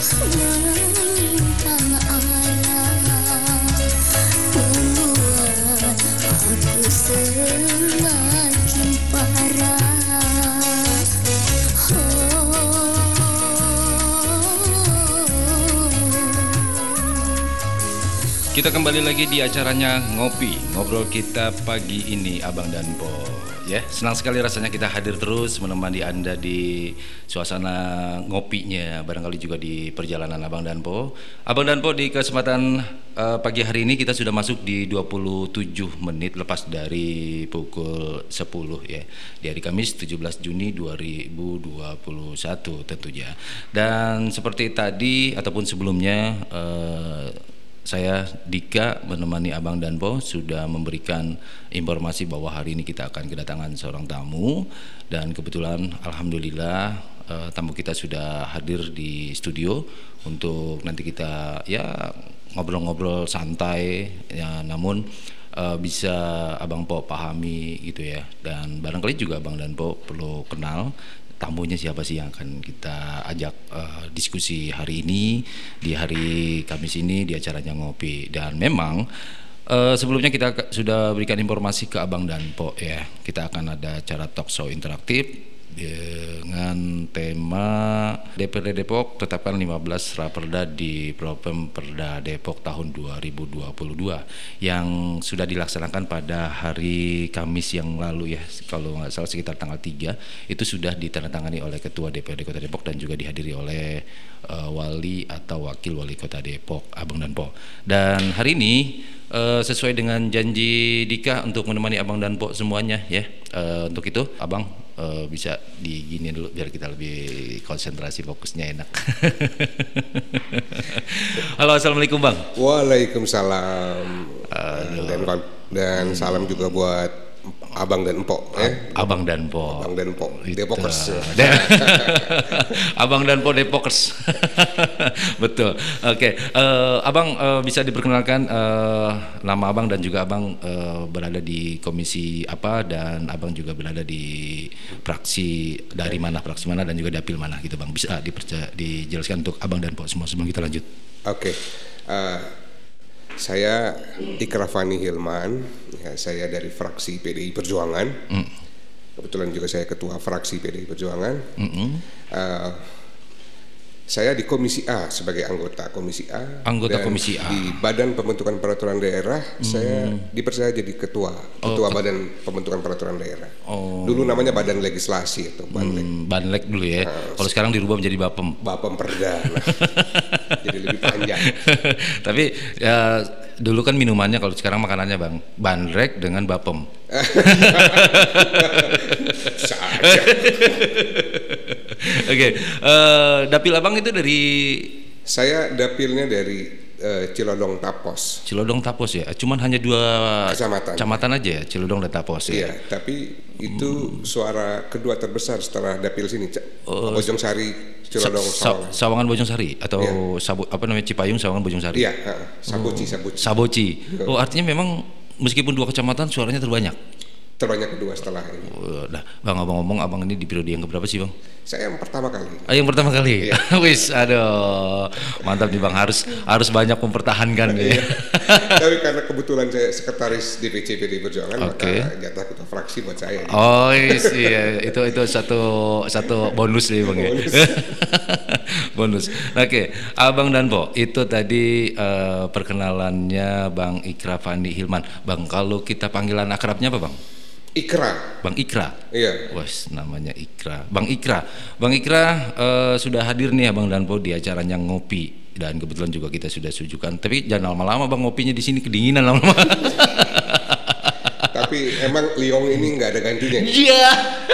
Mengpang alam membuat aku semakin parah. Kita kembali lagi di acaranya Ngopi, ngobrol kita pagi ini Abang dan Po. Ya, senang sekali rasanya kita hadir terus menemani Anda di suasana ngopinya, barangkali juga di perjalanan Abang dan Po. Abang dan Po, di kesempatan pagi hari ini kita sudah masuk di 27 menit lepas dari pukul 10 ya. Di hari Kamis 17 Juni 2021 tentunya. Dan seperti tadi ataupun sebelumnya saya Dika menemani Abang dan Po sudah memberikan informasi bahwa hari ini kita akan kedatangan seorang tamu, dan kebetulan alhamdulillah tamu kita sudah hadir di studio untuk nanti kita ya ngobrol-ngobrol santai ya, namun bisa Abang Po pahami gitu ya, dan barangkali juga Abang dan Po perlu kenal tamunya siapa sih yang akan kita ajak diskusi hari ini di hari Kamis ini di acaranya Ngopi. Dan memang sebelumnya kita sudah berikan informasi ke Abang dan Po ya, kita akan ada acara talk show interaktif dengan tema DPRD Depok tetapkan 15 Raperda di Propemperda Depok tahun 2022 yang sudah dilaksanakan pada hari Kamis yang lalu ya, kalau nggak salah sekitar tanggal 3 itu sudah ditandatangani oleh Ketua DPRD Kota Depok dan juga dihadiri oleh wali atau wakil wali Kota Depok, Abang dan Po. Dan hari ini sesuai dengan janji Dika untuk menemani Abang dan Po semuanya ya, untuk itu Abang bisa digini dulu biar kita lebih konsentrasi, fokusnya enak. Halo, assalamualaikum Bang. Waalaikumsalam. Dan salam juga buat Abang dan Empok ya. Abang dan Po. Abang dan Empok Depokers. Abang dan Po Depokers. Betul. Oke. Abang bisa diperkenalkan nama Abang dan juga Abang berada di komisi apa, dan Abang juga berada di fraksi dari mana, fraksi mana, dan juga dapil mana gitu Bang. Bisa dijelaskan untuk Abang dan Po semua sebelum kita lanjut. Oke. Saya Ikrafani Hilman, ya, saya dari fraksi PDI Perjuangan. Kebetulan juga saya ketua fraksi PDI Perjuangan. Saya di Komisi A sebagai anggota Komisi A. Anggota dan Komisi A. Di Badan Pembentukan Peraturan Daerah, saya dipercaya jadi ketua Badan Pembentukan Peraturan Daerah. Dulu namanya Badan Legislasi atau Banlek. Banlek dulu ya. Kalau sekarang dirubah menjadi Bapem. Bapemperda. Nah, jadi lebih panjang. Tapi ya, dulu kan minumannya, kalau sekarang makanannya Bang, Banlek dengan Bapem. Saja. Oke, dapil Abang itu dari? Saya dapilnya dari Cilodong Tapos. Cilodong Tapos ya. Cuman hanya 2 kecamatan aja ya, Cilodong dan Tapos ya. Iya, tapi itu suara kedua terbesar setelah dapil sini, Bojongsari, Cilodong, Sawangan Bojongsari atau ya. Cipayung Sawangan Bojongsari. Iya, Saboci. Oh, artinya memang meskipun 2 kecamatan suaranya terbanyak kedua setelah ini. Nah, Bang, ngomong Abang ini di periode yang keberapa sih Bang? Saya yang pertama kali. Yang pertama kali. Iya. Wis, aduh, mantap nih Bang, harus banyak mempertahankan ya. Tapi karena kebetulan saya sekretaris DPC PDI Perjuangan, maka jatah ketua fraksi buat saya. Oh iya, itu satu bonus nih Bang ya. Bonus. Oke, Abang dan Po, itu tadi perkenalannya Bang Ikrafani Hilman. Bang, kalau kita panggilan akrabnya apa Bang? Ikra. Bang Ikra. Iya. Wes, namanya Ikra. Bang Ikra sudah hadir nih Abang dan Po di acaranya Ngopi, dan kebetulan juga kita sudah sujukan. Tapi jangan lama-lama Bang, ngopinya di sini kedinginan lama-lama. Tapi emang Liong ini nggak ada gantinya. Iya.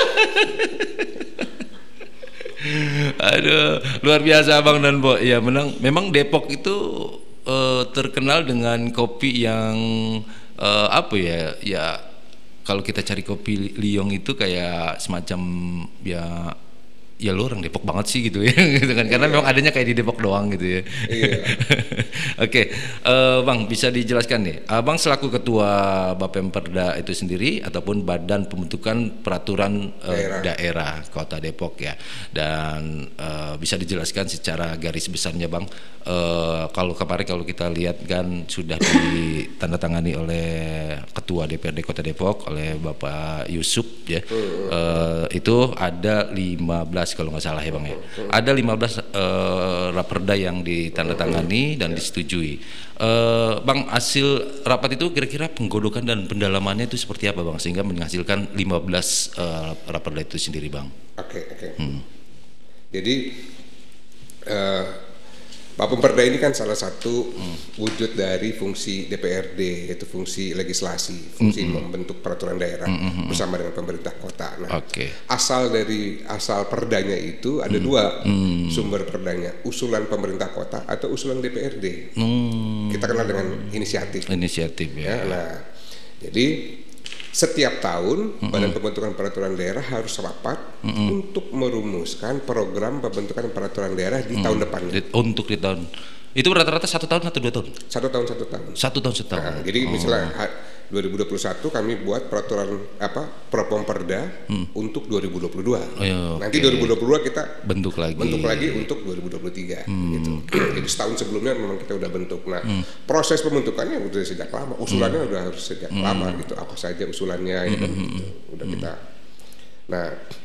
Aduh, luar biasa Abang dan Po. Ya, memang Depok itu terkenal dengan kopi yang apa ya? Ya, kalau kita cari kopi Liong itu kayak semacam ya ya lu orang Depok banget sih gitu ya gitu kan, karena memang adanya kayak di Depok doang gitu ya. Iya. Oke, Bang, bisa dijelaskan nih, Abang selaku ketua Bapemperda itu sendiri ataupun Badan Pembentukan Peraturan Daerah Kota Depok ya, dan bisa dijelaskan secara garis besarnya Bang, kalau kemarin kalau kita lihat kan sudah ditandatangani oleh Ketua DPRD Kota Depok oleh Bapak Yusuf ya, itu ada 15 kalau nggak salah ya Bang ya, ada 15 raperda yang ditandatangani dan disetujui. Bang, hasil rapat itu kira-kira penggodokan dan pendalamannya itu seperti apa Bang, sehingga menghasilkan 15 raperda itu sendiri Bang? Oke. Jadi Bapemperda ini kan salah satu wujud dari fungsi DPRD, yaitu fungsi legislasi, fungsi membentuk peraturan daerah bersama dengan pemerintah kota. Nah, asal perdanya itu ada dua sumber perdanya, usulan pemerintah kota atau usulan DPRD. Kita kenal dengan inisiatif. Inisiatif ya. Nah, jadi setiap tahun Badan Pembentukan Peraturan Daerah harus rapat untuk merumuskan program pembentukan peraturan daerah di tahun depannya. Untuk di tahun itu rata-rata 1 tahun atau 2 tahun? 1 tahun. 1 tahun. Nah, jadi misalnya 2021 kami buat peraturan Propomperda untuk 2022. Nanti 2022 kita bentuk lagi untuk 2023 gitu. Jadi setahun sebelumnya memang kita udah bentuk. Nah, proses pembentukannya udah sejak lama, usulannya udah harus sejak lama gitu. Apa saja usulannya ya kan gitu. Udah kita. Nah,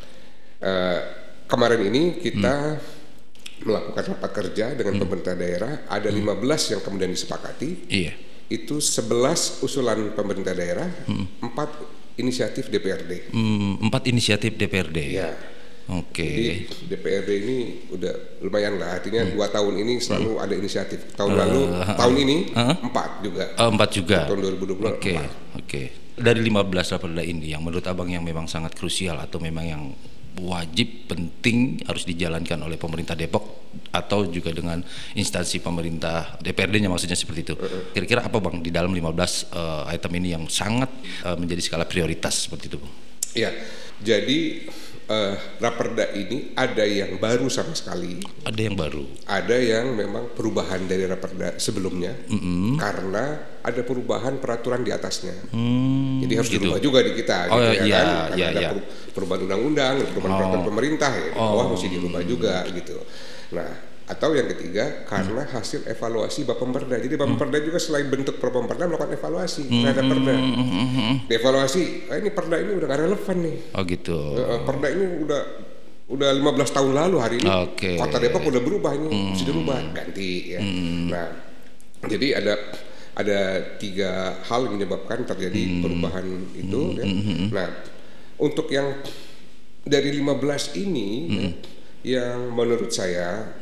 kemarin ini kita melakukan rapat kerja dengan pemerintah daerah, ada 15 yang kemudian disepakati. Iya. Itu 11 usulan pemerintah daerah, 4 inisiatif DPRD. 4 inisiatif DPRD. Ya. Oke. Jadi DPRD ini udah lumayan lah, artinya 2 tahun ini selalu ada inisiatif. Tahun lalu, tahun ini 4 juga. 4 juga. Tahun 2020. Oke. Dari 15 raperda ini yang menurut Abang yang memang sangat krusial atau memang yang wajib penting harus dijalankan oleh pemerintah Depok atau juga dengan instansi pemerintah DPRD-nya, maksudnya seperti itu. Kira-kira apa Bang di dalam 15 item ini yang sangat menjadi skala prioritas seperti itu Bang? Iya, jadi raperda ini ada yang baru sama sekali. Ada yang baru. Ada yang memang perubahan dari raperda sebelumnya karena ada perubahan peraturan di atasnya. Jadi harus dirubah juga di kita gitu kan. Karena ada perubahan undang-undang, perubahan peraturan pemerintah ya. Mesti dirubah juga gitu. Nah, atau yang ketiga karena hasil evaluasi Bapemperda. Jadi Bapemperda juga selain bentuk Propomperda melakukan evaluasi terhadap perda. Evaluasi, ini perda ini udah gak relevan nih. Oh gitu. Perda ini udah 15 tahun lalu hari ini. Kota Depok udah berubah ini, mesti dirubah, ganti ya. Nah, jadi ada 3 hal yang menyebabkan terjadi perubahan itu ya. Nah, untuk yang dari 15 ini yang menurut saya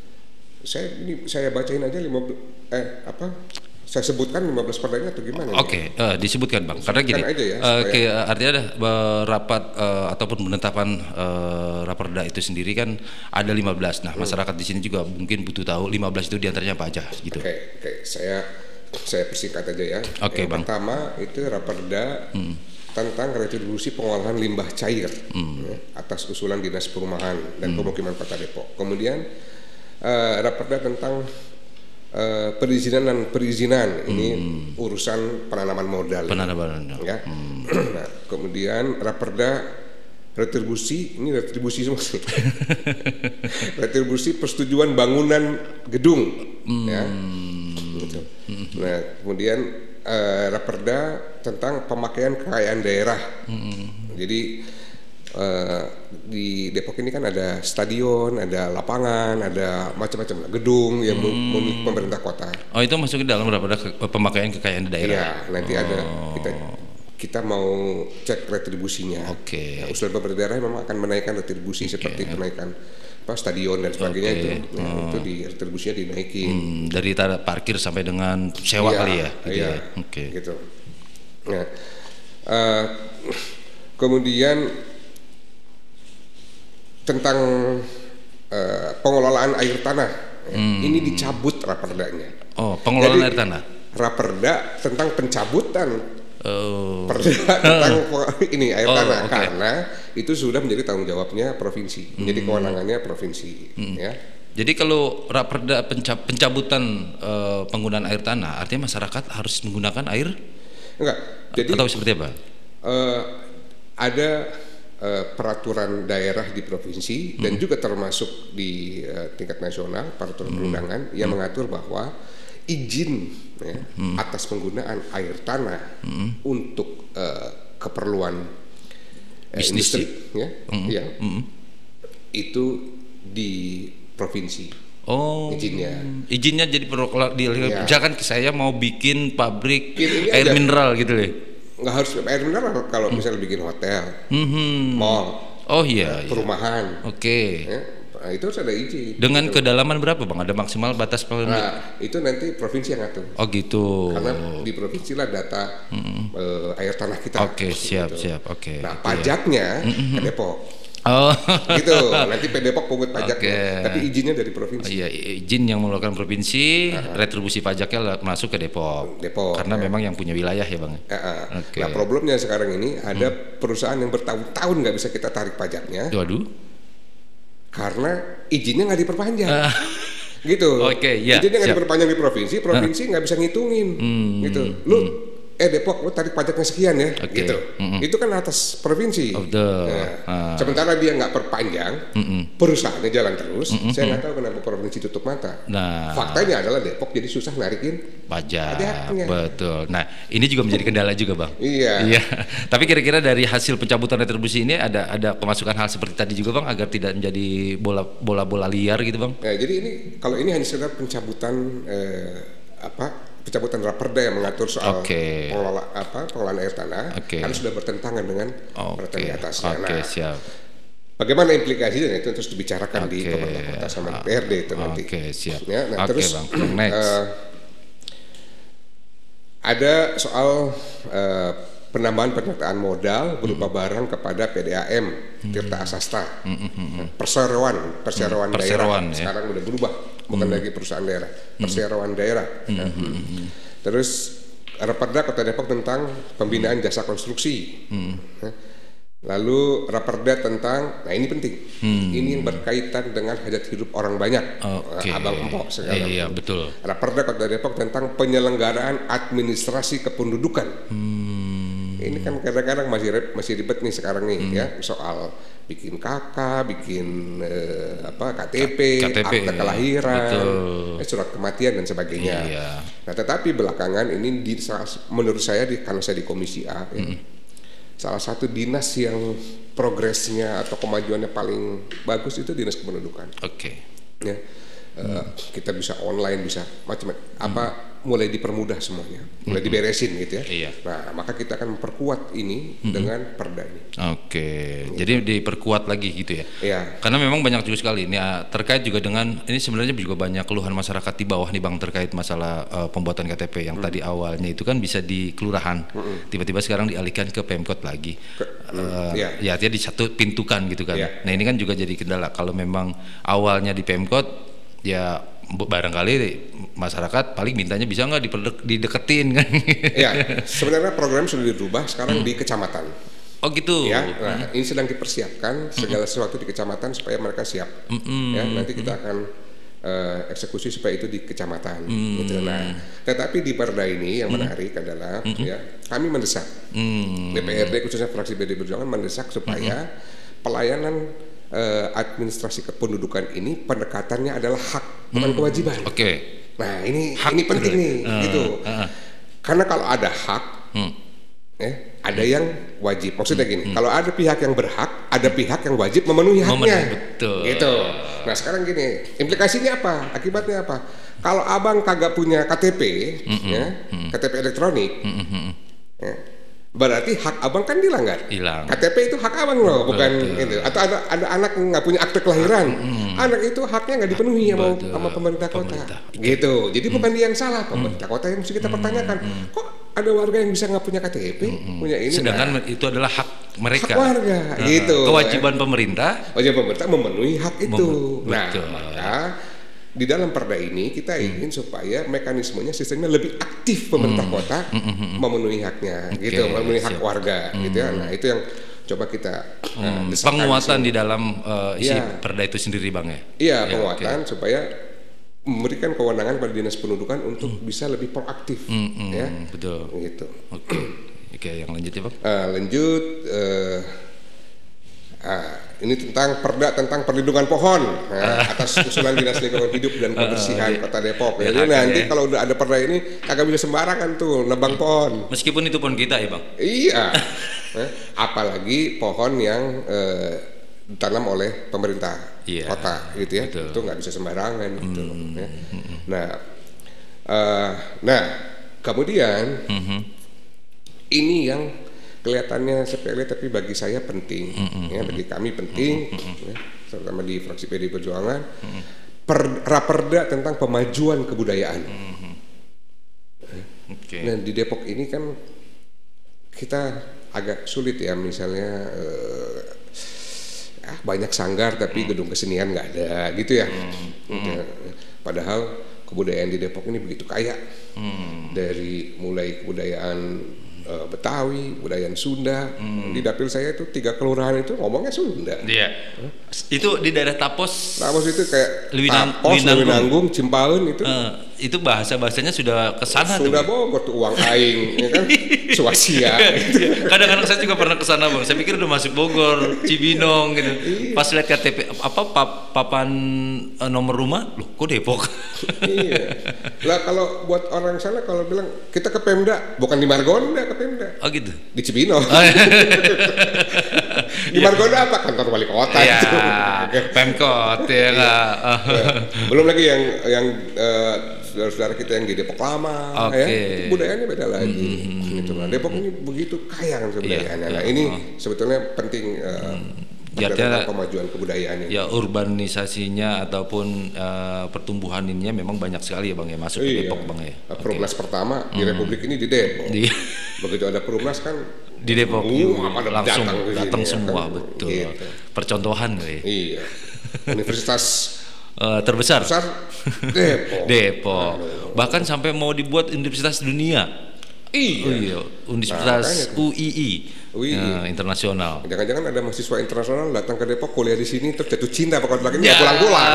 saya bacain aja saya sebutkan 15 perdanya atau gimana? Disebutkan Bang. Karena gini, artinya ada rapat ataupun penetapan raperda itu sendiri kan ada 15. Nah, masyarakat di sini juga mungkin butuh tahu 15 itu diantaranya apa aja gitu. Oke. Saya persingkat aja ya. Yang Bang. Pertama itu raperda tentang retribusi pengolahan limbah cair atas usulan Dinas Perumahan dan Pemukiman Kota Depok. Kemudian raperda tentang perizinan ini urusan penanaman modal. Ya. Nah, kemudian raperda retribusi semua. Retribusi persetujuan bangunan gedung. Ya. Gitu. Nah, kemudian raperda tentang pemakaian kekayaan daerah. Jadi di Depok ini kan ada stadion, ada lapangan, ada macam-macam gedung yang milik pemerintah kota. Oh, itu masuk ke dalam raperda pemakaian kekayaan daerah. Iya, nanti ada kita mau cek retribusinya. Nah, usulan pemerintah daerah memang akan menaikkan retribusi seperti kenaikan stadion dan sebagainya itu di retribusinya dinaikin. Dari parkir sampai dengan sewa kali ya. Iya. Gitu. Nah, kemudian tentang pengelolaan air tanah ini dicabut raperdanya. Pengelolaan air tanah. Raperda tentang pencabutan Perda tentang ini air tanah, karena itu sudah menjadi tanggung jawabnya provinsi, menjadi kewenangannya provinsi. Ya. Jadi kalau raperda pencabutan penggunaan air tanah, artinya masyarakat harus menggunakan air? Enggak. Jadi atau seperti apa? Ada peraturan daerah di provinsi dan juga termasuk di tingkat nasional peraturan perundangan yang mengatur bahwa izin atas penggunaan air tanah untuk keperluan industri itu di provinsi. Izinnya jadi misalkan saya mau bikin pabrik air mineral gitu deh. Nggak harus air mineral kalau misalnya bikin hotel, mall, perumahan. Nah, itu harus ada izin. Dengan kedalaman berapa bang? Ada maksimal batas paling? Nah, itu nanti provinsi yang ngatur. Oh gitu. Karena di provinsi lah data air tanah kita. Siap. Nah, pajaknya ke Depok. Gitu. Nanti Depok pungut pajaknya. Tapi izinnya dari provinsi. Iya, izin yang mengeluarkan provinsi, retribusi pajaknya masuk ke Depok. Karena memang yang punya wilayah ya bang. Nah, problemnya sekarang ini ada perusahaan yang bertahun-tahun nggak bisa kita tarik pajaknya. Waduh. Karena izinnya nggak diperpanjang. Gitu. Izinnya nggak diperpanjang di provinsi nggak bisa ngitungin. Gitu. Lu Depok lu tarik pajaknya sekian ya, gitu. Itu kan atas provinsi. Sementara dia nggak perpanjang, perusahaannya jalan terus. Saya nggak tahu kenapa provinsi tutup mata. Nah, faktanya adalah Depok jadi susah narikin pajaknya. Betul. Nah, ini juga menjadi kendala juga bang. Iya. Tapi kira-kira dari hasil pencabutan retribusi ini ada kemasukan hal seperti tadi juga bang, agar tidak menjadi bola liar gitu bang. Jadi ini kalau ini hanya sekedar pencabutan pencabutan raperda yang mengatur soal pengelolaan air tanah karena sudah bertentangan dengan peraturan di atasnya. Siap. Bagaimana implikasinya itu terus dibicarakan di pemerintah kota sama DPRD itu nanti. Siap. Ya, nah, terus bang. Next. Ada soal penambahan penyertaan modal berupa barang kepada PDAM Tirta Asasta. Perseroan daerah sekarang udah berubah, bukan lagi perusahaan daerah, perseroan daerah. Terus Raperda Kota Depok tentang pembinaan jasa konstruksi. Lalu Raperda tentang, nah ini penting, ini yang berkaitan dengan hajat hidup orang banyak, abang empok segala. Iya betul. Raperda Kota Depok tentang penyelenggaraan administrasi kependudukan. Ini kan kadang-kadang masih ribet nih sekarang nih ya, soal bikin KK, bikin KTP, akta kelahiran, surat kematian dan sebagainya. Nah, tetapi belakangan ini menurut saya karena saya di Komisi A, salah satu dinas yang progresnya atau kemajuannya paling bagus itu dinas kependudukan. Ya, kita bisa online, bisa macam-macam, mulai dipermudah semuanya, mulai diberesin gitu ya. Nah, maka kita akan memperkuat ini dengan perda ini. Jadi diperkuat lagi gitu ya. Karena memang banyak juga sekali ini terkait juga dengan ini, sebenarnya juga banyak keluhan masyarakat di bawah nih bang terkait masalah pembuatan KTP yang tadi awalnya itu kan bisa di kelurahan, tiba-tiba sekarang dialihkan ke Pemkot lagi. Ya artinya di satu pintukan gitu kan. Nah ini kan juga jadi kendala kalau memang awalnya di Pemkot ya barangkali masyarakat paling mintanya bisa nggak dideketin kan? Ya, sebenarnya program sudah dirubah sekarang di kecamatan. Oh gitu. Ya, nah, ini sedang dipersiapkan segala sesuatu di kecamatan supaya mereka siap. Ya, nanti kita akan eksekusi supaya itu di kecamatan. Gitu. Nah, tetapi di perda ini yang menarik adalah ya kami mendesak DPRD khususnya fraksi PD Perjuangan mendesak supaya pelayanan administrasi kependudukan ini pendekatannya adalah hak bukan kewajiban. Nah ini penting nih gitu. Karena kalau ada hak, ada yang wajib. Maksudnya gini, kalau ada pihak yang berhak, ada pihak yang wajib memenuhi haknya. Gitu. Nah sekarang gini, implikasinya apa? Akibatnya apa? Kalau abang kagak punya KTP, KTP elektronik, berarti hak abang kan dilanggar. KTP itu hak abang loh, bukan itu. Atau ada anak yang nggak punya akte kelahiran, anak itu haknya nggak dipenuhi sama pemerintah kota. Gitu. Jadi bukan dia yang salah, pemerintah kota yang mesti kita pertanyakan. Kok ada warga yang bisa nggak punya KTP, punya ini? Sedangkan itu adalah hak mereka. Hak warga, gitu. Kewajiban pemerintah. Kewajiban pemerintah memenuhi hak itu. Nah, maka di dalam perda ini kita ingin supaya mekanismenya sistemnya lebih aktif pemerintah kota memenuhi haknya, gitu, memenuhi hak warga, gitu ya. Nah itu yang coba kita penguatan di dalam isi perda itu sendiri, Bang ya. Iya, penguatan supaya memberikan kewenangan pada dinas pendudukan untuk bisa lebih proaktif, ya. Betul. Gitu. Oke, yang lanjut ya, Bang. Lanjut. Ini tentang perda tentang perlindungan pohon atas usulan Dinas Lingkungan Hidup dan Kebersihan Kota Depok. Jadi nanti kalau udah ada perda ini kagak bisa sembarangan tuh nebang pohon. Meskipun itu pohon kita ya, Bang. Iya. Apalagi pohon yang ditanam oleh pemerintah kota, gitu ya. Betul. Itu nggak bisa sembarangan gitu. Ya. Nah, kemudian ini yang kelihatannya sepele tapi bagi saya penting, ya, bagi kami penting, ya, terutama di fraksi PDI Perjuangan, raperda tentang pemajuan kebudayaan. Nah di Depok ini kan kita agak sulit ya, misalnya banyak sanggar tapi gedung kesenian nggak ada, gitu ya. Padahal kebudayaan di Depok ini begitu kaya, dari mulai kebudayaan Betawi, budaya Sunda. Di dapil saya itu 3 kelurahan itu ngomongnya Sunda. Iya. Itu di daerah Tapos. Tapos itu kayak Lewinanggung. Lewinanggung, Cimpaun itu. Itu bahasanya sudah kesana. Sudah Bogor tuh, uang aing, ya kan? Swasia. Gitu. Kadang-kadang saya juga pernah kesana, Bang. Saya pikir udah masuk Bogor, Cibinong gitu. Pas lihat KTP papan nomor rumah, loh kok Depok? Iya. Lah kalau buat orang sana kalau bilang kita ke Pemda, bukan di Margonda, ke Pemda. Oh gitu. Di Cibinong. Di Margonda apa? Kantor wali kota gitu. Ya, Pemkot ya enggak. Belum lagi yang saudara-saudara kita yang di Depok lama, ya, budayanya beda lagi. Gitu. Nah, Depok ini begitu kaya kan kebudayaannya. Nah, ini sebetulnya penting tentang pemajuan kebudayaan ini. Ya, urbanisasinya ataupun pertumbuhan ininya memang banyak sekali ya, Bang ya, masuk ke Depok, Bang ya. Perumnas pertama di Republik ini di Depok. Begitu ada perumnas kan di Depok langsung datang semua, kan, betul. Gitu. Percontohan ya. Iya. Universitas terbesar Depok. Bahkan sampai mau dibuat universitas dunia. Iya. Universitas UII. Internasional. Jangan-jangan ada mahasiswa internasional datang ke Depok kuliah di sini terus jatuh cinta pokoknya lagi nggak pulang-pulang.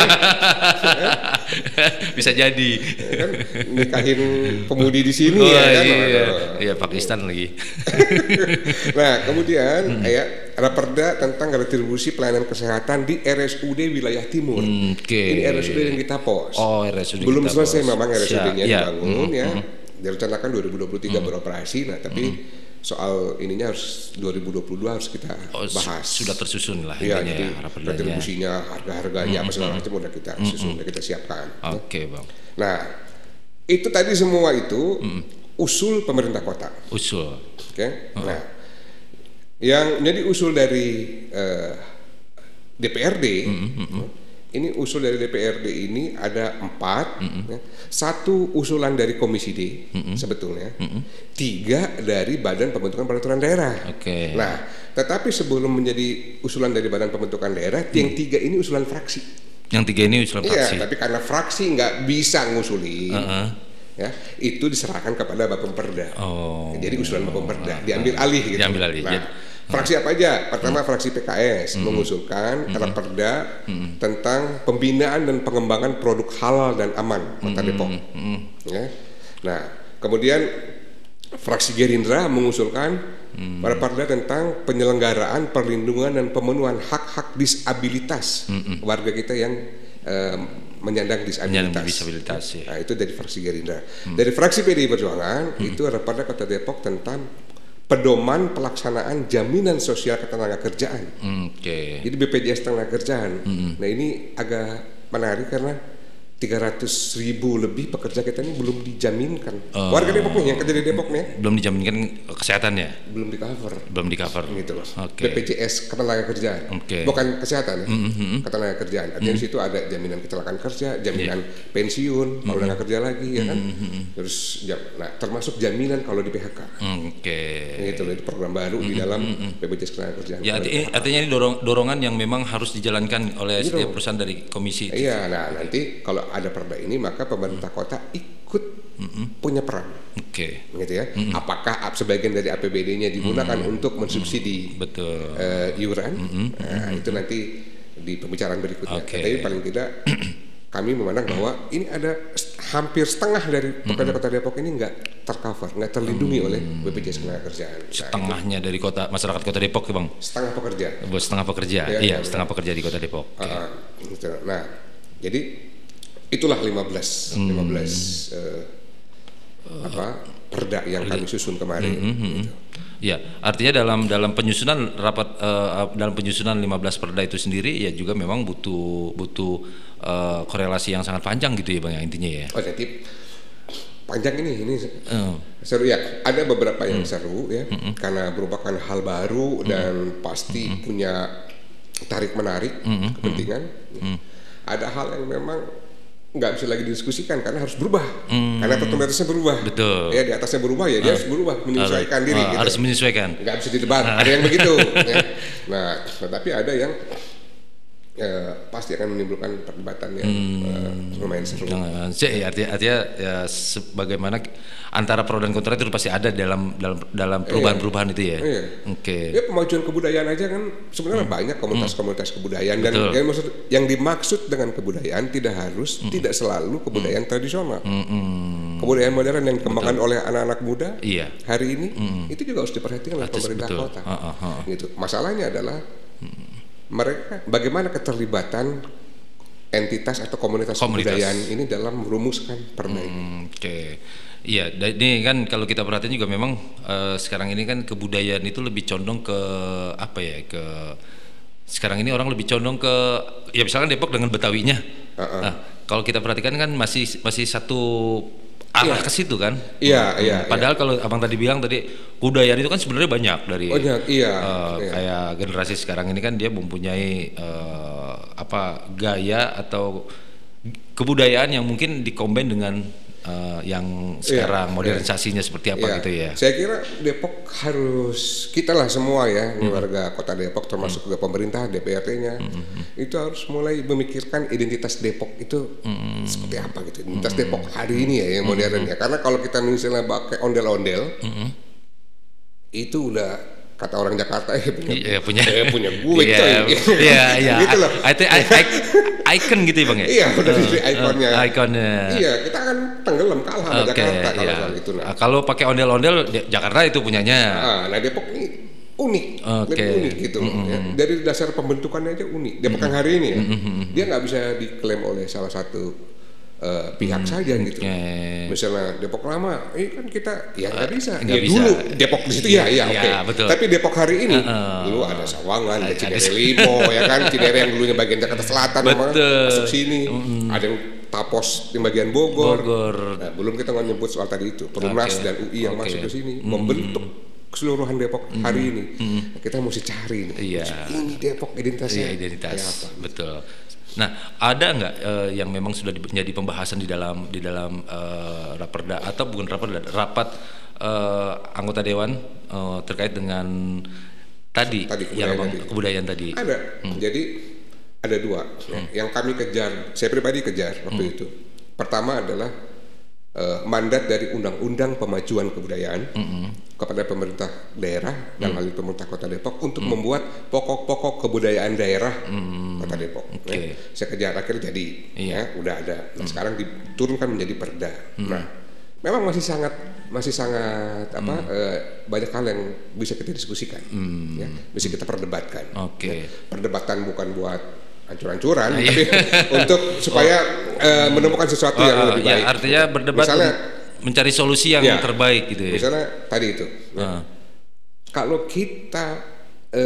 Bisa jadi. Kan nikahin pemudi di sini ya kan. Iya, Pakistan lagi. Nah, kemudian ada perda tentang retribusi pelayanan kesehatan di RSUD wilayah Timur. Ini RSUD yang kita pos. RSUD belum selesai memang RSUD-nya dibangun ya. Direncanakan 2023 beroperasi. Nah, tapi soal ininya harus 2022 harus kita bahas. Sudah tersusun lah ya, jadi retribusinya, harga-harganya apa segala macam udah kita susun, udah kita siapkan. Oke, Bang. Nah, itu tadi semua itu usul pemerintah kota. Usul. Oke. Nah, yang jadi usul dari DPRD. Ini usul dari DPRD ini ada 4, ya. 1 usulan dari Komisi D sebetulnya, 3 dari Badan Pembentukan Peraturan Daerah. Nah, tetapi sebelum menjadi usulan dari Badan Pembentukan Daerah, yang 3 ini usulan fraksi. Yang 3 ini usulan fraksi. Iya, tapi karena fraksi nggak bisa ngusulin, ya itu diserahkan kepada Bapemperda. Jadi usulan Bapemperda diambil alih gitu. Nah, fraksi apa aja? Pertama fraksi PKS mengusulkan raperda tentang pembinaan dan pengembangan produk halal dan aman Kota Depok. Ya. Nah, kemudian fraksi Gerindra mengusulkan raperda tentang penyelenggaraan, perlindungan dan pemenuhan hak-hak disabilitas warga kita yang menyandang disabilitas. Nah, itu dari fraksi Gerindra. Dari fraksi PDI Perjuangan itu raperda Kota Depok tentang pedoman pelaksanaan jaminan sosial ketenagakerjaan. Jadi BPJS ketenagakerjaan. Nah, ini agak menarik karena 300.000 lebih pekerja kita ini belum dijaminkan. Warga Depok nih yang kerja di Depok nih belum dijaminkan kesehatannya. Belum di cover Gitu loh. BPJS Ketenagakerjaan. Bukan kesehatan ya. Ketenagakerjaan. Artinya di situ ada jaminan kecelakaan kerja, jaminan pensiun kalau udah nggak kerja lagi ya kan. Terus termasuk jaminan kalau di PHK. Gitu loh, itu program baru di dalam BPJS Ketenagakerjaan. Ya, artinya ini dorongan yang memang harus dijalankan oleh setiap perusahaan dari komisi. Iya, nah nanti kalau ada perda ini maka pemerintah kota ikut punya peran, gitu ya. Apakah sebagian dari APBD-nya digunakan untuk mensubsidi iuran? Nah, itu nanti di pembicaraan berikutnya. Tapi paling tidak kami memandang bahwa ini ada hampir setengah dari pekerja kota Depok ini nggak tercover, nggak terlindungi oleh BPJS Ketenagakerjaan. Setengahnya dari masyarakat kota Depok, Bang? Setengah pekerja. Setengah pekerja, iya, setengah pekerja di kota Depok. Nah, jadi itulah 15 perda yang kami susun kemarin. Gitu. Ya, artinya dalam penyusunan dalam penyusunan 15 perda itu sendiri ya juga memang butuh korelasi yang sangat panjang gitu ya, Bang, ya, intinya ya. Jadi panjang ini seru ya. Ada beberapa yang seru ya, karena merupakan hal baru dan pasti punya tarik menarik kepentingan. Ada hal yang memang nggak bisa lagi didiskusikan karena harus berubah, karena ketentuan atasnya berubah. Betul. Ya di atasnya berubah ya dia harus berubah, menyesuaikan diri. Gitu. Harus menyesuaikan. Nggak bisa didebat. Ada yang begitu. Ya. Nah, tapi ada yang pasti akan menimbulkan perdebatan yang lumayan seru. Artinya ya sebagaimana antara pro dan kontra itu pasti ada dalam perubahan-perubahan itu ya. Ya pemajuan kebudayaan aja kan sebenarnya banyak komunitas-komunitas kebudayaan dan yang dimaksud dengan kebudayaan tidak selalu kebudayaan tradisional. Kebudayaan modern yang dikembangkan oleh anak-anak muda hari ini itu juga harus diperhatikan oleh pemerintah kota. Gitu. Masalahnya adalah mereka bagaimana keterlibatan entitas atau komunitas kebudayaan ini dalam merumuskan perda ini. Iya, ini kan kalau kita perhatiin juga memang sekarang ini kan kebudayaan itu lebih condong ke sekarang ini orang lebih condong ke ya misalkan Depok dengan Betawinya. Nah, kalau kita perhatikan kan masih satu arah ke situ kan. Padahal kalau Abang tadi bilang kebudayaan itu kan sebenarnya banyak dari kayak generasi sekarang ini kan dia mempunyai gaya atau kebudayaan yang mungkin dikombin dengan yang sekarang modernisasinya seperti apa gitu ya. Saya kira Depok harus kita lah semua ya warga kota Depok termasuk juga pemerintah DPRD-nya itu harus mulai memikirkan identitas Depok itu seperti apa gitu. Identitas Depok hari ini ya yang modern ya. Karena kalau kita misalnya pakai ondel-ondel itu udah kata orang Jakarta punya gue gitu loh. Icon gitu ya, Bang ya. Iya, udah jadi ikonnya. Ikonnya. Iya, kita akan tenggelam kalah sama Jakarta kalau soal itu. Kalau pakai ondel-ondel Jakarta itu punyanya. Nah, Depok ini unik, lebih unik gitu. Ya. Dari dasar pembentukannya aja unik. Depok yang hari ini ya, dia nggak bisa diklaim oleh salah satu pihak saja gitu. Misalnya Depok lama, ini kan kita nggak bisa. Dulu Depok di situ oke. Tapi Depok hari ini dulu ada Sawangan, ada Cinere Limo, ya kan, Cinere yang dulunya bagian Jakarta Selatan, masuk sini. Ada yang Tapos di bagian Bogor. Nah, belum kita nyebut soal tadi itu, Perumnas dan UI yang masuk ke sini membentuk keseluruhan Depok hari ini. Kita mesti cari nih. Ini Depok identitasnya. Identitas. Betul. Nah, ada nggak yang memang sudah menjadi pembahasan di dalam raperda atau bukan rapat anggota dewan terkait dengan tadi kebudayaan tadi? Ada. Jadi ada dua yang kami kejar. Saya pribadi kejar waktu itu. Pertama adalah mandat dari Undang-Undang Pemajuan Kebudayaan kepada pemerintah daerah dan hal pemerintah Kota Depok untuk membuat pokok-pokok kebudayaan daerah Kota Depok. Saya kejar akhirnya jadi, udah ada. Nah, sekarang diturunkan menjadi perda. Nah, memang masih sangat banyak hal yang bisa kita diskusikan, bisa kita perdebatkan. Perdebatan bukan buat ancur-ancuran, tapi untuk supaya menemukan sesuatu yang lebih baik. Artinya berdebat misalnya, mencari solusi yang terbaik gitu ya. Misalnya tadi itu, kalau kita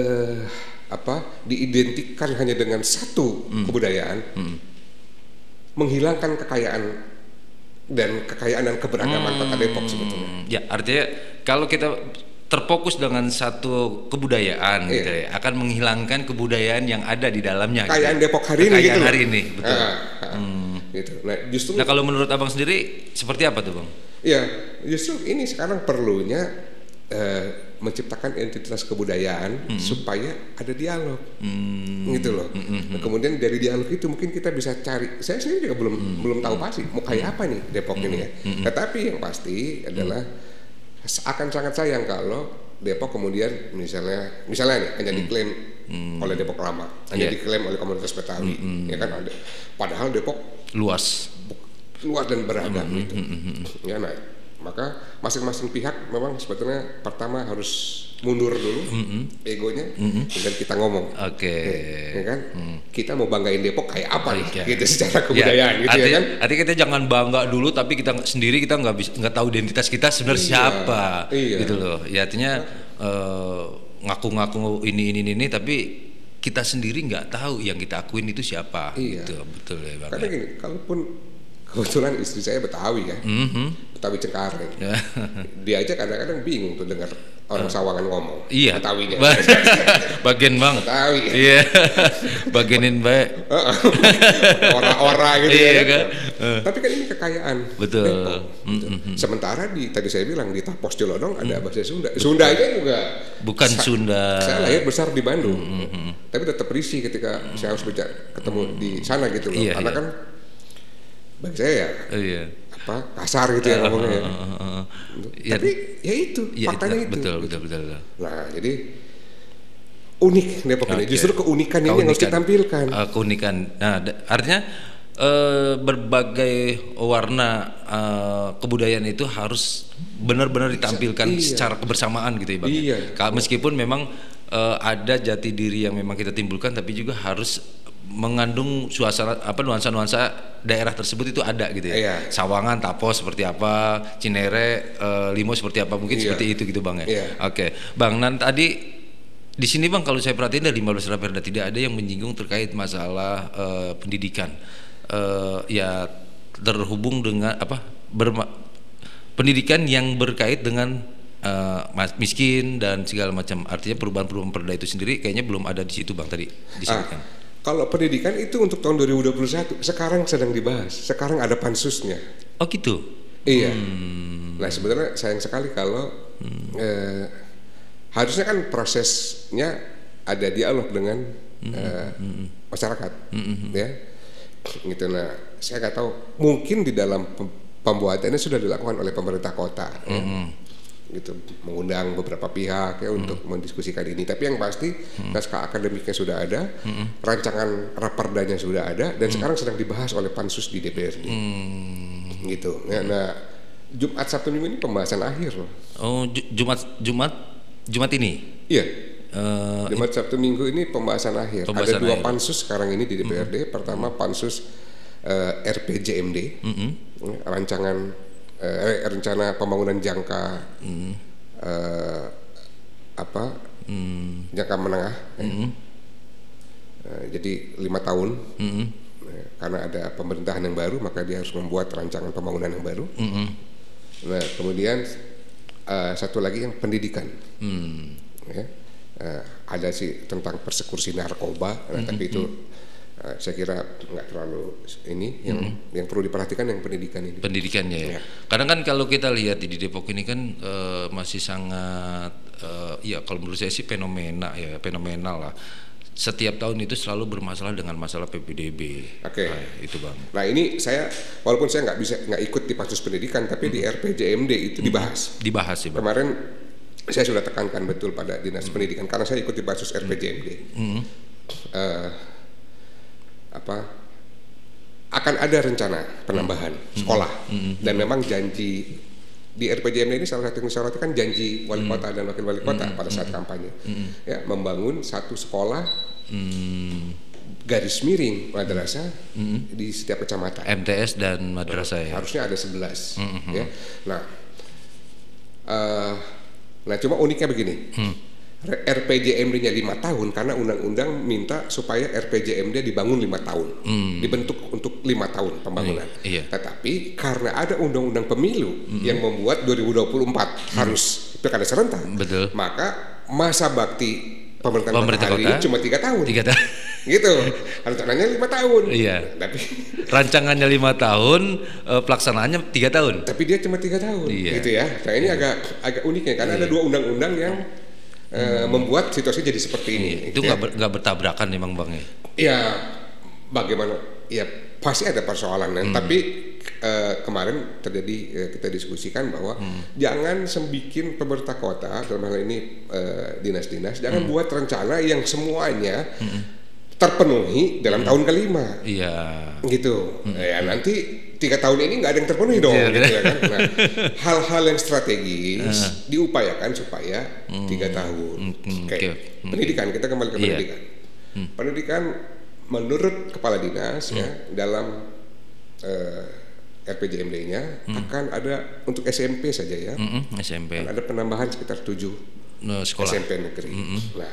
diidentikan hanya dengan satu kebudayaan, menghilangkan kekayaan dan keberagaman Kota Depok sebetulnya. Ya, artinya kalau kita terfokus dengan satu kebudayaan gitu ya, akan menghilangkan kebudayaan yang ada di dalamnya. Kekayaan gitu. Depok hari ini gitu. Hari ini, betul. Gitu. Nah, justru kalau menurut Abang sendiri seperti apa tuh, Bang? Ya, justru ini sekarang perlunya menciptakan identitas kebudayaan supaya ada dialog, gitu loh. Nah, kemudian dari dialog itu mungkin kita bisa cari. Saya sendiri juga belum tahu pasti mau kayak apa nih Depok ini ya. Tetapi yang pasti adalah akan sangat sayang kalau Depok kemudian misalnya nih hanya diklaim oleh Depok Lama, hanya diklaim oleh komunitas Betawi, ya kan ada. Padahal Depok luas dan beragam gitu. Ya, nah, maka masing-masing pihak memang sebetulnya pertama harus mundur dulu egonya, dan kita ngomong. Ya kan? Kita mau banggain Depok kayak apa nih? Gitu secara kebudayaan gitu, ya kan? Artinya kita jangan bangga dulu tapi kita sendiri kita nggak tahu identitas kita sebenarnya siapa. Gitu loh. Ya artinya ngaku-ngaku ini tapi kita sendiri nggak tahu yang kita akuin itu siapa. Gitu, betul ya, Bang. Karena gini, kalaupun kebetulan istri saya Betawi ya, Betawi Cengkareng. Dia aja kadang-kadang bingung tuh dengar orang Sawangan ngomong. Iya. Betawinya. Bagian Bang. Betawi. Iya. Bagianin baik. Ora-ora gitu ya kan. Tapi kan ini kekayaan. Betul. Depok, gitu. Sementara tadi saya bilang di Tapos Cilodong ada bahasa Sunda. Sundanya juga bukan Sunda. Saya lahir besar di Bandung. Tapi tetap risih ketika saya harus ketemu di sana gitu loh. Karena kan bagi saya kasar gitu ya ngomongnya. Tapi ya itu faktanya itu. Betul. Nah, jadi unik Depok ini. Justru keunikan ini yang harus ditampilkan. Keunikan. Nah, artinya berbagai warna kebudayaan itu harus benar-benar ditampilkan secara kebersamaan gitu ya, Bang. Meskipun memang ada jati diri yang memang kita timbulkan, tapi juga harus mengandung suasana nuansa-nuansa daerah tersebut itu ada gitu ya. Sawangan, Tapos seperti apa, Cinere, Limo seperti apa, mungkin seperti itu gitu, Bang ya. Oke. Bang, tadi di sini, Bang, kalau saya perhatiin dari 15 Raperda tidak ada yang menyinggung terkait masalah pendidikan. Ya terhubung dengan pendidikan yang berkait dengan miskin dan segala macam. Artinya perubahan-perubahan perda itu sendiri kayaknya belum ada di situ, Bang, tadi disebutkan. Kalau pendidikan itu untuk tahun 2021 sekarang sedang dibahas. Sekarang ada pansusnya. Oh gitu. Iya. Nah, sebenarnya sayang sekali kalau harusnya kan prosesnya ada dialog dengan masyarakat, ya. Gitu. Nah, saya nggak tahu. Mungkin di dalam pembuatannya sudah dilakukan oleh pemerintah kota. Gitu, mengundang beberapa pihak ya untuk mendiskusikan ini. Tapi yang pasti naskah akademiknya sudah ada, rancangan raperdanya sudah ada, dan sekarang sedang dibahas oleh pansus di DPRD. Gitu. Ya, nah, Jumat Sabtu Minggu ini pembahasan akhir loh. Oh, Jumat ini? Iya. Jumat Sabtu Minggu ini pembahasan akhir. Ada dua pansus sekarang ini di DPRD. Pertama pansus RPJMD, rencana pembangunan jangka jangka menengah, jadi 5 tahun. Karena ada pemerintahan yang baru, maka dia harus membuat rancangan pembangunan yang baru. Nah, kemudian satu lagi yang pendidikan. Ada sih tentang persekusi narkoba, tapi itu saya kira nggak terlalu ini. Yang perlu diperhatikan yang pendidikan ini. Pendidikannya ya. Kadang kan kalau kita lihat di Depok ini kan masih sangat ya kalau menurut saya sih fenomenal lah. Setiap tahun itu selalu bermasalah dengan masalah PPDB. Nah, itu, Bang. Nah, ini saya walaupun saya nggak ikut di pansus pendidikan, tapi di RPJMD itu dibahas. Dibahas sih, Bang. Kemarin saya sudah tekankan betul pada dinas pendidikan karena saya ikut di pansus RPJMD. Akan ada rencana penambahan sekolah, dan memang janji di RPJMD ini salah satu yang disoroti kan janji wali kota dan wakil wali kota pada saat kampanye, ya, membangun satu sekolah garis miring madrasah di setiap kecamatan. MTS dan madrasah ya. Harusnya ada 11. Ya. Nah, cuma uniknya begini. RPJMD-nya 5 tahun karena undang-undang minta supaya RPJMD dibangun 5 tahun, dibentuk untuk 5 tahun pembangunan. Tetapi karena ada undang-undang pemilu yang membuat 2024 harus pilkada serentak, maka masa bakti pemerintah kota ini cuma 3 tahun. 3 tahun. Gitu. Rencananya 5 tahun. Tapi rancangannya 5 tahun, pelaksanaannya 3 tahun. Tapi dia cuma 3 tahun. Gitu ya. Nah ini agak unik ya karena ada 2 undang-undang yang membuat situasi jadi seperti ini. Itu nggak bertabrakan memang Bang ya? Ya bagaimana? Ya pasti ada persoalan. Tapi kemarin terjadi kita diskusikan bahwa jangan bikin pemerintah kota dalam hal ini dinas-dinas jangan buat rencana yang semuanya terpenuhi dalam tahun kelima. Gitu. Ya nanti 3 tahun ini nggak ada yang terpenuhi dong. Gitu ya kan? Nah, hal-hal yang strategis diupayakan supaya 3 tahun. Pendidikan, kita kembali ke pendidikan. Pendidikan menurut kepala dinas ya dalam RPJMD-nya akan ada untuk SMP saja ya. SMP. Ada penambahan sekitar 7 sekolah SMP negeri. Nah,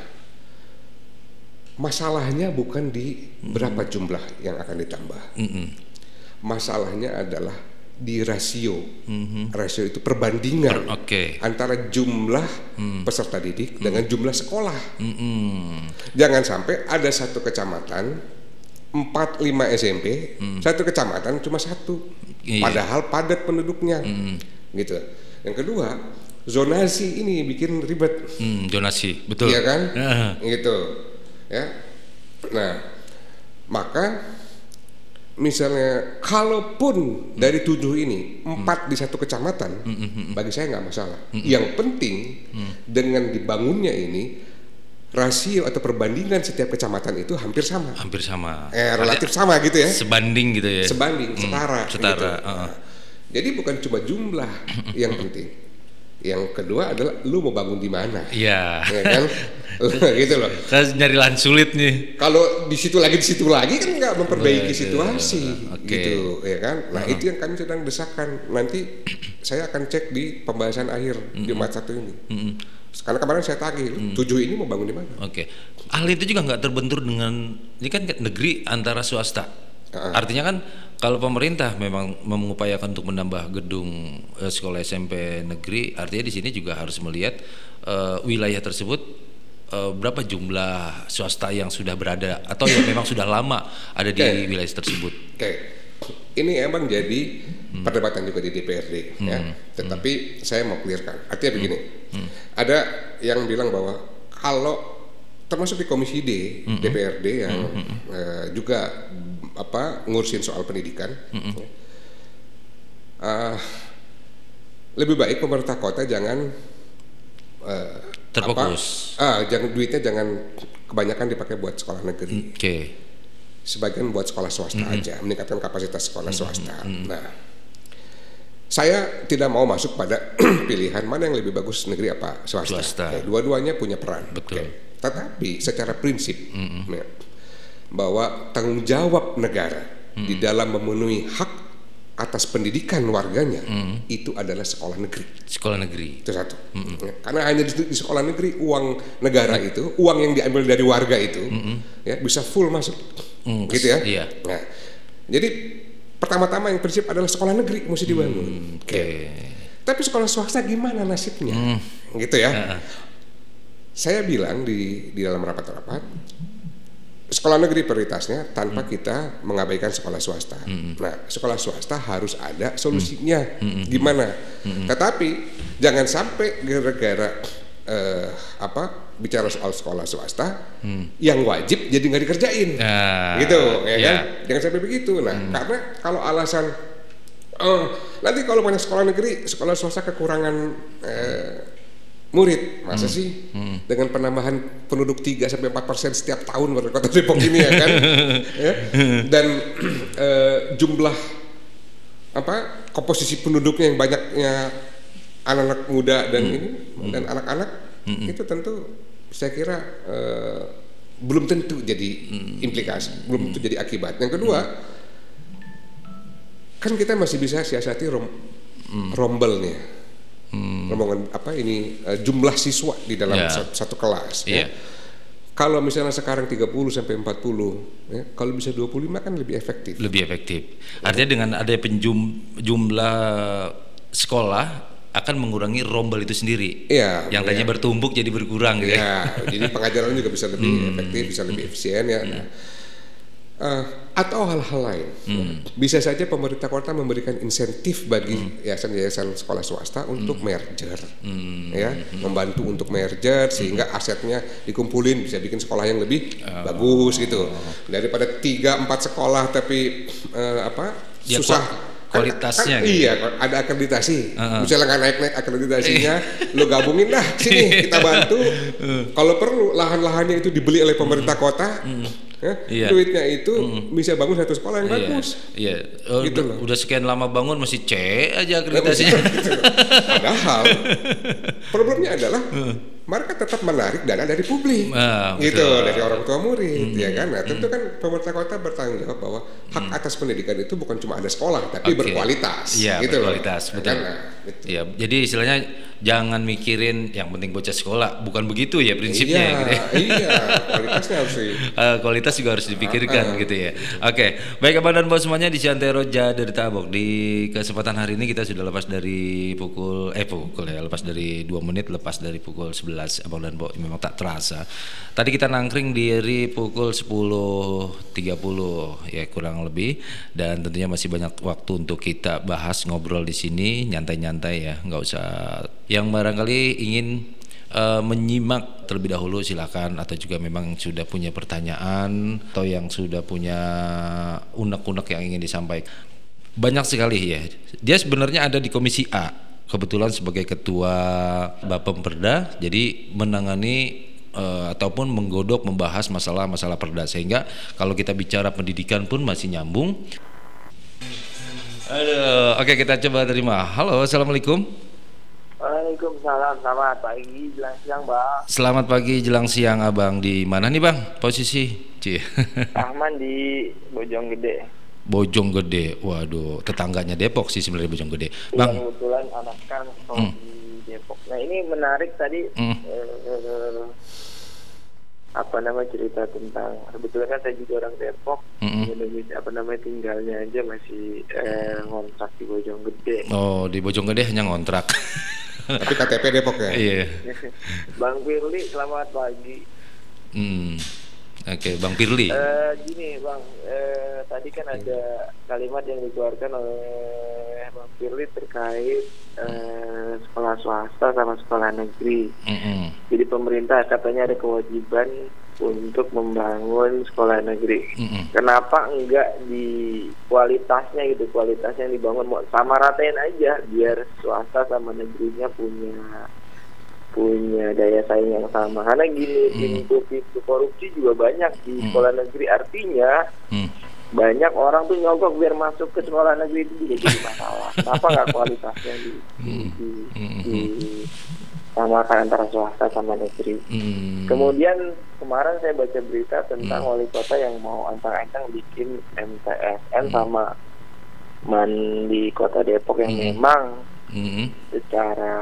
masalahnya bukan di berapa jumlah yang akan ditambah. Masalahnya adalah di rasio. Rasio itu perbandingan antara jumlah peserta didik dengan jumlah sekolah. Jangan sampai ada satu kecamatan 4-5 SMP, satu kecamatan cuma 1. Padahal padat penduduknya. Gitu. Yang kedua, zonasi ini bikin ribet. Zonasi, betul. Iya kan? Gitu. Ya. Nah, maka misalnya kalaupun dari 7 ini 4 di satu kecamatan, bagi saya nggak masalah. Yang penting dengan dibangunnya ini rasio atau perbandingan setiap kecamatan itu hampir sama. Relatif sama gitu ya. Sebanding gitu ya. Sebanding, setara. Gitu. Jadi bukan cuma jumlah yang penting. Yang kedua adalah lu mau bangun di mana? Ya kan? Gitu loh. Kan nyari lahan sulit nih. Kalau di situ lagi kan nggak memperbaiki situasi, gitu, ya kan? Nah itu yang kami sedang desakan. Nanti saya akan cek di pembahasan akhir Jumat 1 ini. Karena kemarin saya tagih 7 ini mau bangun di mana? Hal itu juga nggak terbentur dengan ini kan negeri antara swasta. Artinya kan kalau pemerintah memang mengupayakan untuk menambah gedung sekolah SMP negeri, artinya di sini juga harus melihat wilayah tersebut berapa jumlah swasta yang sudah berada atau yang memang sudah lama ada di wilayah tersebut. Ini emang jadi perdebatan juga di DPRD ya. Tetapi saya mau clearkan. Artinya begini. Ada yang bilang bahwa kalau termasuk di Komisi D DPRD yang juga ngurusin soal pendidikan, lebih baik pemerintah kota jangan terfokus. Duitnya jangan kebanyakan dipakai buat sekolah negeri. Sebagian buat sekolah swasta aja, meningkatkan kapasitas sekolah swasta. Nah, saya tidak mau masuk pada pilihan mana yang lebih bagus, negeri apa swasta. Dua-duanya punya peran. Tetapi secara prinsip bahwa tanggung jawab negara di dalam memenuhi hak atas pendidikan warganya itu adalah sekolah negeri. Itu satu. Karena hanya di sekolah negeri uang negara itu, uang yang diambil dari warga itu ya bisa full masuk. Gitu ya. Nah, jadi pertama-tama yang prinsip adalah sekolah negeri mesti dibangun. Tapi sekolah swasta gimana nasibnya? Gitu ya. Saya bilang di dalam rapat-rapat, sekolah negeri prioritasnya tanpa kita mengabaikan sekolah swasta. Nah, sekolah swasta harus ada solusinya. Gimana? Tetapi jangan sampai gara-gara bicara soal sekolah swasta yang wajib jadi nggak dikerjain, gitu, ya kan? Jangan sampai begitu. Nah, karena kalau alasan nanti kalau banyak sekolah negeri, sekolah swasta kekurangan murid, masa sih dengan penambahan penduduk 3-4% setiap tahun pada kota Depok ini ya kan, ya? Dan jumlah komposisi penduduknya yang banyaknya anak-anak muda dan dan anak-anak itu tentu saya kira belum tentu jadi implikasi, belum tentu jadi akibat. Yang kedua, kan kita masih bisa siasati rombelnya. rombongan jumlah siswa di dalam satu kelas. Ya. Kalau misalnya sekarang 30 sampai 40, ya, kalau bisa 25 kan lebih efektif. Lebih efektif. Artinya dengan ada jumlah sekolah akan mengurangi rombel itu sendiri. Iya. Yang tadinya bertumpuk jadi berkurang gitu. Ya, jadi pengajaran juga bisa lebih efektif, bisa lebih efisien ya. Nah, atau hal-hal lain. Bisa saja pemerintah kota memberikan insentif bagi yayasan-yayasan sekolah swasta untuk merger, ya, membantu untuk merger sehingga asetnya dikumpulin bisa bikin sekolah yang lebih bagus gitu. Daripada 3-4 sekolah tapi susah. Kualitasnya gitu. Iya, ada akreditasi. Misalnya nggak naik akreditasinya, lo gabungin dah sini kita bantu. Kalau perlu lahan-lahannya itu dibeli oleh pemerintah kota, duitnya itu bisa bangun satu sekolah yang bagus. Iya, gitu udah sekian lama bangun masih C aja akreditasinya. Padahal problemnya adalah mereka tetap menarik dana dari publik, gitu, dari orang tua murid, ya kan. Nah, tentu kan pemerintah kota bertanggung jawab bahwa hak atas pendidikan itu bukan cuma ada sekolah, tapi berkualitas, gitu berkualitas, betul. Ya, jadi istilahnya jangan mikirin yang penting bocah sekolah, bukan begitu ya prinsipnya. Kualitasnya harus kualitas juga harus dipikirkan, gitu ya. Oke, baik Abang dan Bos semuanya di Santero dari Tabok. Di kesempatan hari ini kita sudah lepas dari lepas dari 2 menit, lepas dari pukul 11 Abang dan Bo, memang tak terasa. Tadi kita nangkring dari pukul 10.30 ya kurang lebih, dan tentunya masih banyak waktu untuk kita bahas ngobrol di sini nyantai-nyantai ya, nggak usah. Yang barangkali ingin menyimak terlebih dahulu silakan, atau juga memang sudah punya pertanyaan atau yang sudah punya unek-unek yang ingin disampaikan. Banyak sekali ya. Dia sebenarnya ada di Komisi A. Kebetulan sebagai ketua Bapemperda, jadi menangani ataupun menggodok membahas masalah-masalah perda, sehingga kalau kita bicara pendidikan pun masih nyambung. Oke, kita coba terima. Halo, assalamualaikum. Waalaikumsalam, selamat pagi jelang siang Bang. Selamat pagi jelang siang Abang. Di mana nih Bang posisi? Rahman di Bojonggede. Bojonggede, waduh, tetangganya Depok sih sebenarnya Bojonggede. Bang, kebetulan anak kan di Depok. Nah ini menarik tadi cerita tentang, kebetulan kan saya juga orang Depok, tinggalnya aja masih ngontrak di Bojonggede. Oh, di Bojonggede hanya ngontrak. Tapi KTP Depok ya? Iya. Bang Firly, selamat pagi. Oke, Bang Firly. Gini Bang, tadi kan ada kalimat yang dikeluarkan oleh Bang Firly terkait sekolah swasta sama sekolah negeri. Jadi pemerintah katanya ada kewajiban untuk membangun sekolah negeri. Kenapa enggak di kualitasnya gitu, kualitasnya yang dibangun mau sama ratain aja biar swasta sama negerinya punya daya saing yang sama. Karena gini, pintu korupsi juga banyak di sekolah negeri, artinya banyak orang tuh nyogok biar masuk ke sekolah negeri itu juga jadi masalah. Kenapa nggak kualitasnya disamakan antara swasta sama negeri? Kemudian kemarin saya baca berita tentang wali kota yang mau ancang-ancang bikin MTSN sama di kota Depok yang memang secara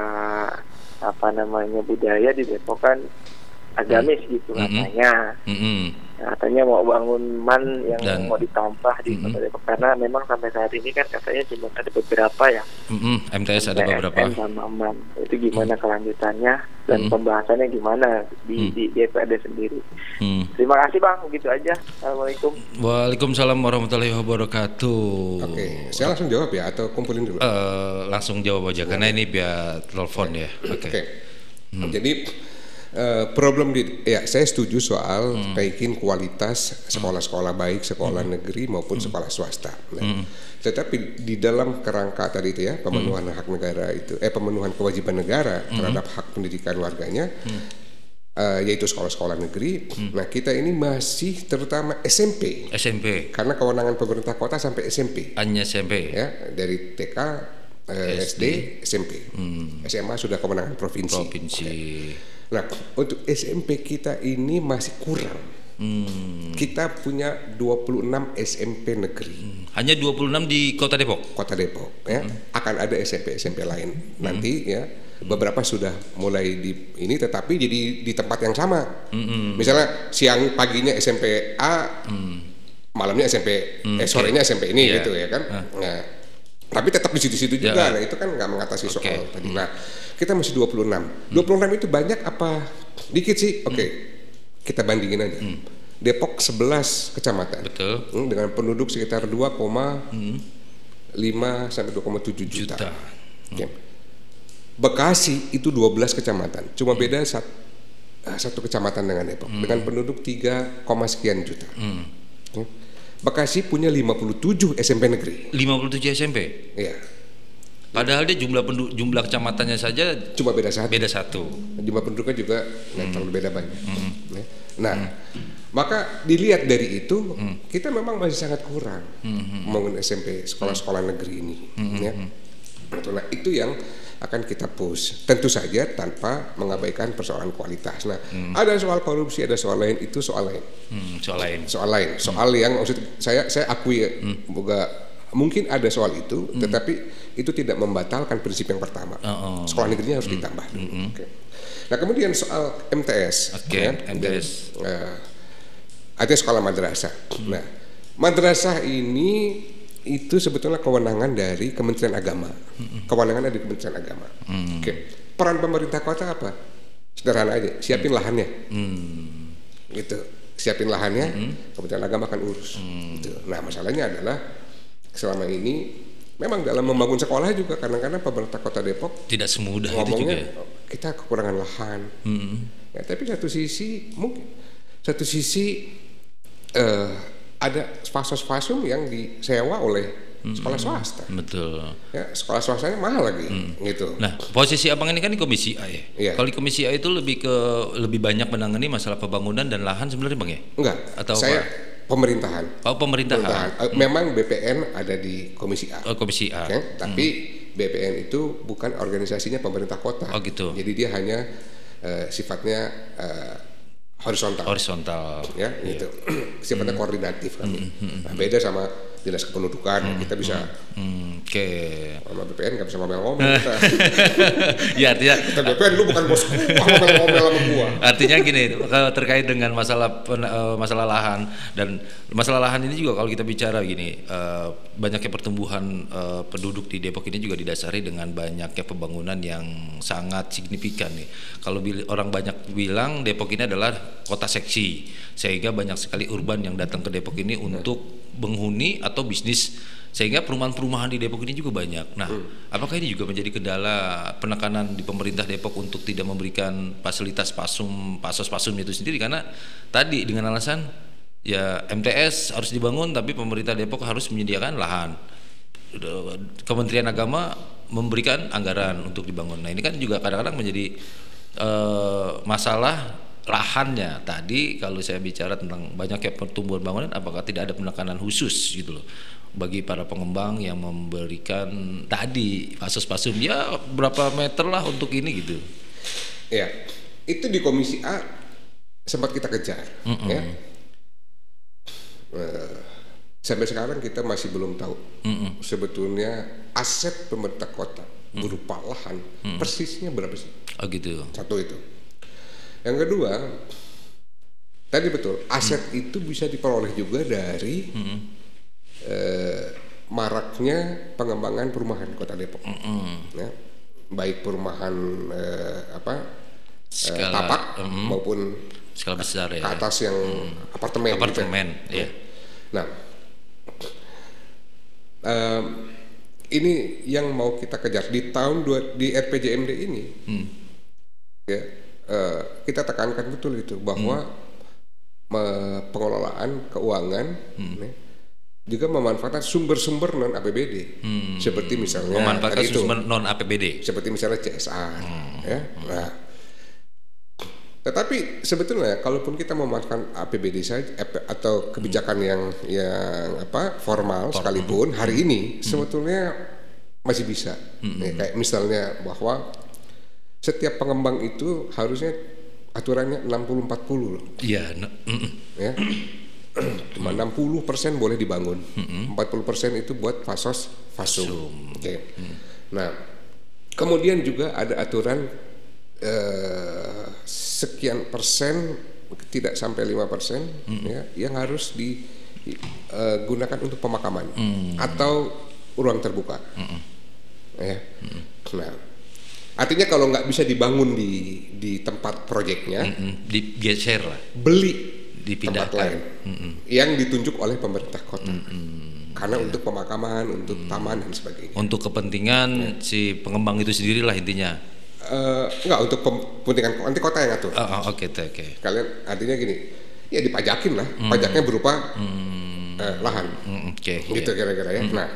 budaya di Depok kan agamis gitu katanya. Katanya mau bangun MAN yang mau ditambah di Kota Depok, karena memang sampai saat ini kan katanya cuma ada beberapa ya. MTS ada beberapa. Sama MAN. Itu gimana kelanjutannya dan pembahasannya gimana di DPRD sendiri. Terima kasih Bang, begitu aja. Assalamualaikum. Waalaikumsalam warahmatullahi wabarakatuh. Oke, saya langsung jawab ya atau kumpulin dulu? Langsung jawab aja karena ini via telepon ya. Oke. Jadi problem saya setuju soal naikin kualitas sekolah-sekolah baik, sekolah negeri maupun sekolah swasta. Tetapi di dalam kerangka tadi itu ya, pemenuhan hak negara itu, pemenuhan kewajiban negara terhadap hak pendidikan warganya, yaitu sekolah-sekolah negeri. Nah, kita ini masih terutama SMP. Karena kewenangan pemerintah kota sampai SMP. Hanya SMP. Ya, dari TK, SD, SMP. SMA sudah kewenangan provinsi. Nah, untuk SMP kita ini masih kurang. Kita punya 26 SMP negeri. Hanya 26 di Kota Depok? Kota Depok ya. Akan ada SMP lain nanti ya. beberapa sudah mulai di ini, tetapi jadi di tempat yang sama. Misalnya siang paginya SMP A, malamnya SMP, sorenya SMP ini gitu ya kan. Nah, tapi tetap di situ-situ juga. Nah, itu kan nggak mengatasi soal tadi. Nah, kita masih 26. 26 itu banyak apa dikit sih? Kita bandingin aja. Depok 11 kecamatan. Betul. Dengan penduduk sekitar 2,5 sampai 2,7 juta. Bekasi itu 12 kecamatan. Cuma beda satu kecamatan dengan Depok. Dengan penduduk 3, sekian juta. Bekasi punya 57 SMP negeri. 57 SMP? Iya. Padahal dia jumlah kecamatannya saja cuma beda satu. Jumlah penduduknya juga nggak terlalu beda banyak. Nah, maka dilihat dari itu kita memang masih sangat kurang membangun SMP, sekolah-sekolah negeri ini. Nah, itu yang akan kita push. Tentu saja tanpa mengabaikan persoalan kualitas. Nah, ada soal korupsi, ada soal lain, itu soal lain. Soal yang maksud saya akui mungkin ada soal itu, tetapi itu tidak membatalkan prinsip yang pertama. Sekolah negerinya harus ditambah dulu. Nah, kemudian soal MTS. MTS. Ada sekolah madrasah. Nah, madrasah ini itu sebetulnya kewenangan dari Kementerian Agama. Kewenangan dari Kementerian Agama. Peran pemerintah kota apa? Sederhana aja, siapin lahannya. Gitu. Siapin lahannya, Kementerian Agama akan urus. Gitu. Nah, masalahnya adalah selama ini memang dalam membangun sekolah juga kadang-kadang pemerintah Kota Depok tidak semudah itu juga. Kita kekurangan lahan. Ya, tapi satu sisi ada spasium yang disewa oleh sekolah swasta. Betul. Ya, sekolah swastanya mahal lagi, gitu. Nah, posisi abang ini kan di Komisi A ya. Iya. Kalau di Komisi A itu lebih banyak menangani masalah pembangunan dan lahan sebenarnya bang ya? Enggak. Atau saya pemerintahan. Pemerintahan. Memang BPN ada di Komisi A. Komisi A. Tapi BPN itu bukan organisasinya pemerintah kota. Gitu. Jadi dia hanya sifatnya horizontal ya gitu. Sifatnya koordinatif kami. Nah, beda sama dinas kependudukan. Kita bisa sama BPN nggak bisa ngomel-ngomel kita. Ya artinya kita BPN lu bukan bos gua, ngomel-ngomel sama gua. Artinya gini, kalau terkait dengan masalah lahan, dan masalah lahan ini juga kalau kita bicara gini, banyaknya pertumbuhan penduduk di Depok ini juga didasari dengan banyaknya pembangunan yang sangat signifikan nih. Kalau orang banyak bilang Depok ini adalah kota seksi, sehingga banyak sekali urban yang datang ke Depok ini untuk menghuni atau bisnis, sehingga perumahan-perumahan di Depok ini juga banyak. Nah, apakah ini juga menjadi kendala penekanan di pemerintah Depok untuk tidak memberikan fasilitas pasos-pasum itu sendiri? Karena tadi dengan alasan ya MTS harus dibangun, tapi pemerintah Depok harus menyediakan lahan. Kementerian Agama memberikan anggaran untuk dibangun. Nah, ini kan juga kadang-kadang menjadi masalah lahannya. Tadi kalau saya bicara tentang banyaknya pertumbuhan bangunan, apakah tidak ada penekanan khusus gitu loh bagi para pengembang yang memberikan tadi pasos-pasum ya berapa meter lah untuk ini gitu. Ya, itu di Komisi A sempat kita kejar. Ya. Sampai sekarang kita masih belum tahu sebetulnya aset pemerintah kota berupa lahan persisnya berapa sih? Gitu. Satu itu. Yang kedua, tadi betul, aset itu bisa diperoleh juga dari maraknya pengembangan perumahan Kota Depok. Ya, baik perumahan tapak maupun skala besar ya. Ke atas yang apartemen. Gitu. Ya. Nah, ini yang mau kita kejar di RPJMD ini. Ya. Kita tekankan betul itu bahwa pengelolaan keuangan juga memanfaatkan sumber-sumber non APBD seperti misalnya memanfaatkan sumber non APBD seperti misalnya CSR ya. Nah, tetapi sebetulnya kalaupun kita memanfaatkan APBD saja atau kebijakan yang formal sekalipun hari ini sebetulnya masih bisa. Kayak misalnya bahwa setiap pengembang itu harusnya aturannya 60-40 loh. Iya. Ya. Cuma 60% boleh dibangun, 40% itu buat fasum. Oke. Nah, Kemudian juga ada aturan sekian persen, tidak sampai 5%, ya, yang harus digunakan untuk pemakaman atau ruang terbuka. Ya. Nah, artinya kalau nggak bisa dibangun di tempat proyeknya, digeser lah, beli dipindahkan tempat lain yang ditunjuk oleh pemerintah kota. Karena untuk pemakaman, untuk taman dan sebagainya. Untuk kepentingan si pengembang itu sendiri lah intinya. Enggak, untuk kepentingan nanti kota yang ngatur. Oke. Kalian artinya gini, ya dipajakin lah. Pajaknya berupa lahan. Gitu kira-kira ya. Nah,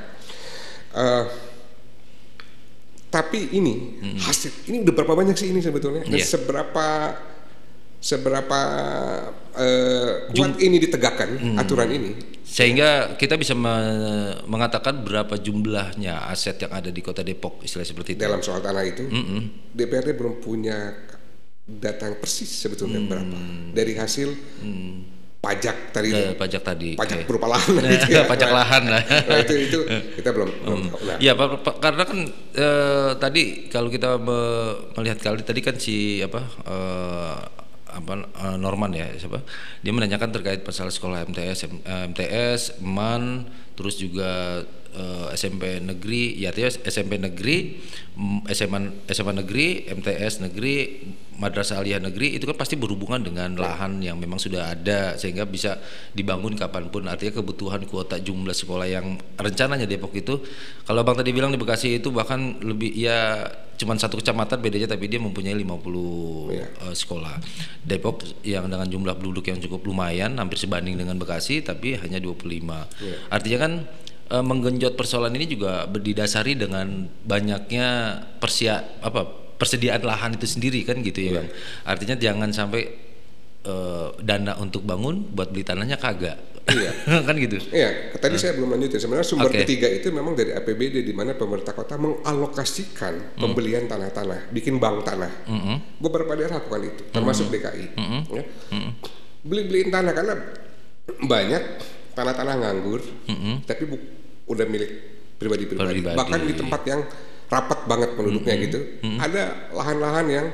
tapi ini hasil ini udah berapa banyak sih ini sebetulnya? Dan seberapa kuat ini ditegakkan aturan ini, sehingga kita bisa mengatakan berapa jumlahnya aset yang ada di Kota Depok, istilah seperti itu. Dalam soal tanah itu, DPRD belum punya data yang persis sebetulnya berapa dari hasil pajak tadi. Pajak berupa lahan gitu ya. Pajak lahan lah. Nah, itu kita belum tahu. Nah. Ya, karena kan tadi kalau kita melihat tadi kan si Norman ya, dia menanyakan terkait masalah sekolah MTS, MAN, terus juga SMP negeri, ya artinya SMP negeri, SMA negeri, MTS negeri, madrasah aliyah negeri, itu kan pasti berhubungan dengan lahan yang memang sudah ada sehingga bisa dibangun kapanpun. Artinya kebutuhan kuota jumlah sekolah yang rencananya Depok itu, kalau Bang tadi bilang di Bekasi itu bahkan lebih, ya cuman satu kecamatan bedanya, tapi dia mempunyai 50 sekolah. Depok yang dengan jumlah penduduk yang cukup lumayan, hampir sebanding dengan Bekasi, tapi hanya 25. Artinya kan menggenjot persoalan ini juga didasari dengan banyaknya persediaan lahan itu sendiri kan gitu ya Bang. Artinya jangan sampai dana untuk bangun buat beli tanahnya kagak. Iya. Kan gitu. Iya, tadi saya belum lanjutin. Sebenarnya sumber ketiga itu memang dari APBD, di mana pemerintah kota mengalokasikan pembelian tanah-tanah, bikin bank tanah. Beberapa daerah lakukan itu, termasuk DKI. Ya. Beli-beliin tanah karena banyak tanah-tanah nganggur, tapi udah milik pribadi-pribadi. Bahkan di tempat yang rapat banget penduduknya gitu, ada lahan-lahan yang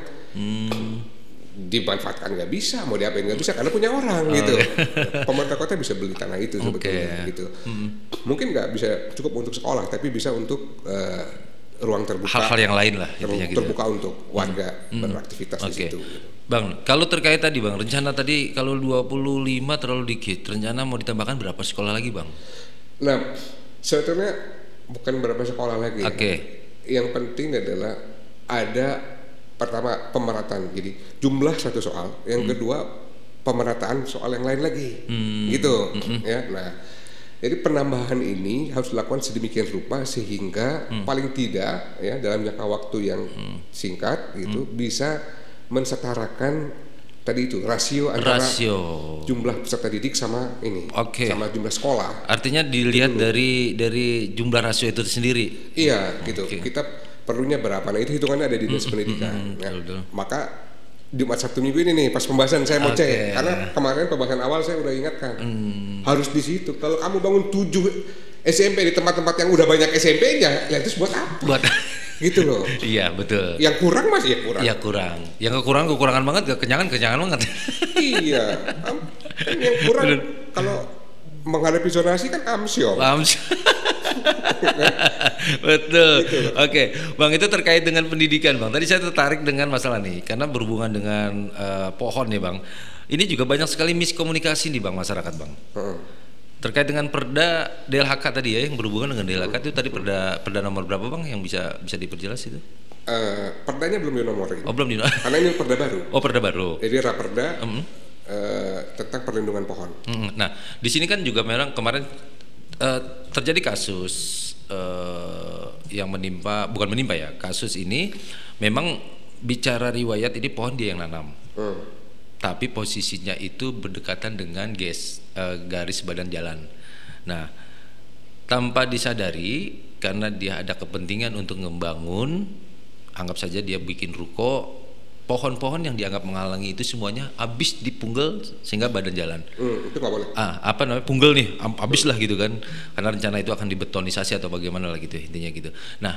dimanfaatkan nggak bisa, mau diapain nggak bisa karena punya orang gitu. Pemerintah kota bisa beli tanah itu sebetulnya gitu. Mungkin nggak bisa cukup untuk sekolah, tapi bisa untuk ruang terbuka, hal-hal yang lain lah, terbuka gitu. Untuk warga beraktivitas di situ. Bang, kalau terkait tadi Bang, rencana tadi kalau 25 terlalu dikit, rencana mau ditambahkan berapa sekolah lagi Bang? Nah, sebetulnya bukan berapa sekolah lagi. Yang penting adalah ada pertama pemerataan, jadi jumlah satu soal, yang kedua pemerataan soal yang lain lagi, gitu. Ya, nah, jadi penambahan ini harus dilakukan sedemikian rupa sehingga paling tidak ya dalam jangka waktu yang singkat gitu bisa mensetarakan tadi itu rasio antara jumlah peserta didik sama ini, sama jumlah sekolah. Artinya dilihat gitu dari jumlah rasio itu sendiri. Iya, gitu. Kita perlunya berapa? Nah, itu hitungannya ada di Dinas Pendidikan. Maka Jumat Sabtu Minggu ini nih pas pembahasan saya mau cek, karena kemarin pembahasan awal saya udah ingatkan harus di situ. Kalau kamu bangun 7 SMP di tempat-tempat yang udah banyak SMP-nya, ya itu buat apa? Gitu loh. Iya betul. Yang kurang masih kurang. Iya kurang. Yang kekurangan banget, kekenyangan banget. Iya. Yang kurang kalau menghadapi zonasi kan amsyong. Betul. Oke, Bang, itu terkait dengan pendidikan Bang. Tadi saya tertarik dengan masalah nih karena berhubungan dengan pohon ya Bang. Ini juga banyak sekali miskomunikasi nih Bang masyarakat Bang. Terkait dengan Perda DLHK tadi ya, yang berhubungan dengan DLHK itu tadi Perda nomor berapa Bang yang bisa diperjelas itu? Perdanya belum dinomorin. Oh, belum dinomorin. Karena ini Perda baru. Oh, Perda baru. Jadi Raperda tentang perlindungan pohon. Nah, di sini kan juga memang kemarin terjadi kasus yang bukan menimpa ya. Kasus ini memang bicara riwayat ini pohon dia yang nanam. Tapi posisinya itu berdekatan dengan garis badan jalan. Nah, tanpa disadari karena dia ada kepentingan untuk membangun, anggap saja dia bikin ruko, pohon-pohon yang dianggap menghalangi itu semuanya habis dipunggal sehingga badan jalan. Itu nggak boleh. Punggel nih, habis lah gitu kan. Karena rencana itu akan dibetonisasi atau bagaimana lah gitu intinya gitu. Nah,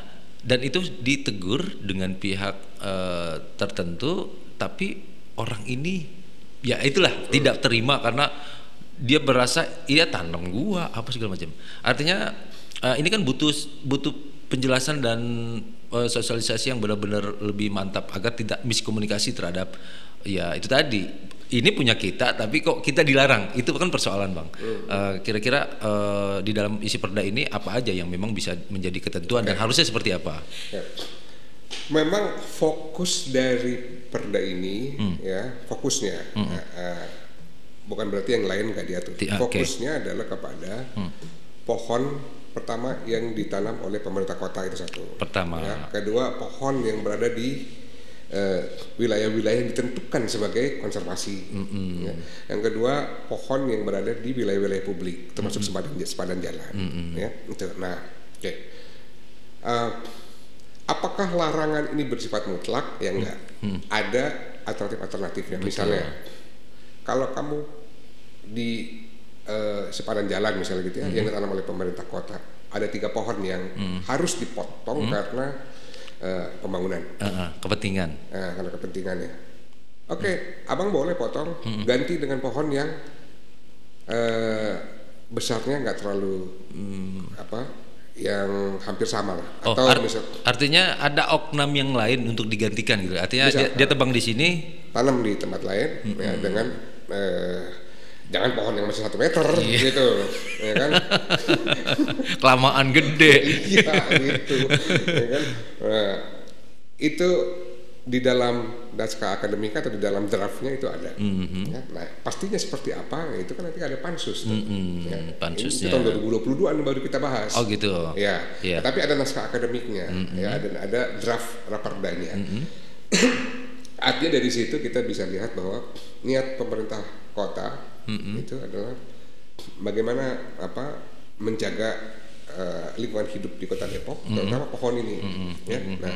Dan itu ditegur dengan pihak tertentu, tapi orang ini ya itulah tidak terima karena dia berasa iya tanam gua apa segala macam. Artinya ini kan butuh penjelasan dan sosialisasi yang benar-benar lebih mantap agar tidak miskomunikasi terhadap ya itu tadi. Ini punya kita tapi kok kita dilarang. Itu kan persoalan, Bang. Kira-kira di dalam isi perda ini apa aja yang memang bisa menjadi ketentuan dan harusnya seperti apa? Memang fokus dari perda ini ya, fokusnya bukan berarti yang lain nggak diatur. Fokusnya adalah kepada pohon pertama yang ditanam oleh pemerintah kota itu satu. Pertama. Ya. Kedua, pohon yang berada di wilayah-wilayah yang ditentukan sebagai konservasi. Ya. Yang kedua, pohon yang berada di wilayah-wilayah publik, termasuk sepadan jalan. Ya, itu. Nah, oke. Apakah larangan ini bersifat mutlak? Ya enggak. Ada alternatifnya. Misalnya, kalau kamu di sepadan jalan misalnya gitu ya, yang ditanam oleh pemerintah kota, ada 3 pohon yang harus dipotong karena pembangunan, kepentingan. Karena kepentingannya. Oke, abang boleh potong, ganti dengan pohon yang besarnya nggak terlalu yang hampir sama lah. Atau artinya ada oknum yang lain untuk digantikan gitu. Artinya dia tebang di sini, tanam di tempat lain ya, dengan jangan pohon yang masih 1 meter gitu, ya kan? Kelamaan gede. Iya gitu, ya kan? Nah, itu di dalam naskah akademika atau di dalam draftnya itu ada. Ya, nah, pastinya seperti apa? Itu kan nanti ada pansus. Ya. Pansusnya. Ini tahun 2022 baru kita bahas. Oh gitu. Ya. Nah, tapi ada naskah akademiknya, ya, dan ada draft raperdanya. Artinya dari situ kita bisa lihat bahwa niat pemerintah kota itu adalah bagaimana menjaga lingkungan hidup di Kota Depok, terutama pohon ini. Ya. Nah,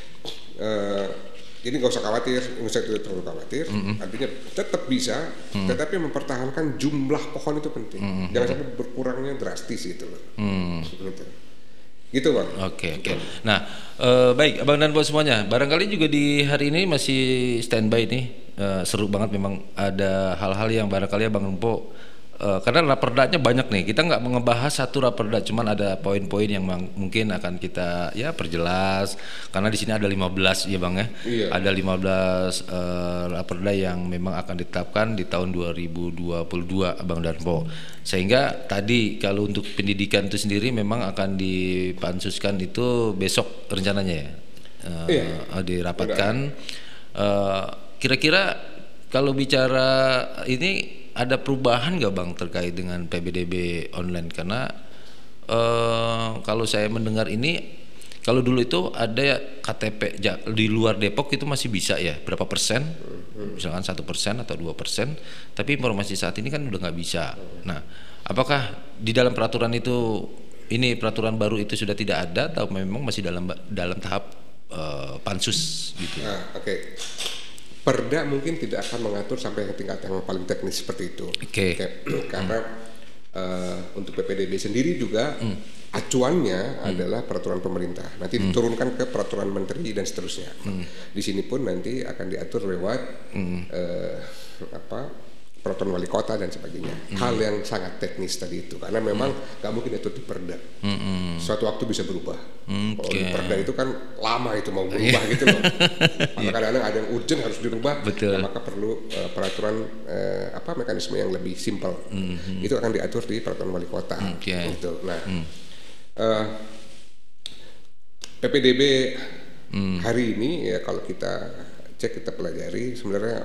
jadi nggak usah khawatir, nggak usah terlalu khawatir. Artinya tetap bisa, tetapi mempertahankan jumlah pohon itu penting. Jangan sampai berkurangnya drastis gitu loh. Gitu, Bang. Oke. Nah, baik Abang dan Bos semuanya. Barangkali juga di hari ini masih standby nih. Seru banget memang, ada hal-hal yang barangkali Abang Empo karena raperdanya banyak nih. Kita nggak ngebahas satu raperda, cuman ada poin-poin yang mungkin akan kita ya perjelas karena di sini ada 15 ya Bang ya. Iya. Ada 15 raperda yang memang akan ditetapkan di tahun 2022 Abang dan Po. Sehingga tadi kalau untuk pendidikan itu sendiri memang akan dipansuskan itu besok rencananya ya. Dirapatkan. Kira-kira kalau bicara ini ada perubahan nggak Bang terkait dengan PBDB online? Karena kalau saya mendengar ini, kalau dulu itu ada KTP di luar Depok itu masih bisa ya, berapa persen, misalkan 1% atau 2%, tapi informasi saat ini kan udah nggak bisa. Nah, apakah di dalam peraturan itu, ini peraturan baru itu sudah tidak ada atau memang masih dalam tahap pansus gitu? Oke. Perda mungkin tidak akan mengatur sampai ke tingkat yang paling teknis seperti itu. Karena untuk PPDB sendiri juga acuannya adalah peraturan pemerintah. Nanti diturunkan ke peraturan menteri dan seterusnya. Di sini pun nanti akan diatur lewat peraturan wali kota dan sebagainya. Hal yang sangat teknis tadi itu, karena memang nggak mungkin itu di perda. Suatu waktu bisa berubah. Kalau di perda itu kan lama itu mau berubah gitu loh. Karena kadang-kadang ada yang urgent harus dirubah, maka perlu peraturan mekanisme yang lebih simpel. Itu akan diatur di peraturan wali kota. Gitu. Nah, PPDB hari ini ya kalau kita cek, kita pelajari sebenarnya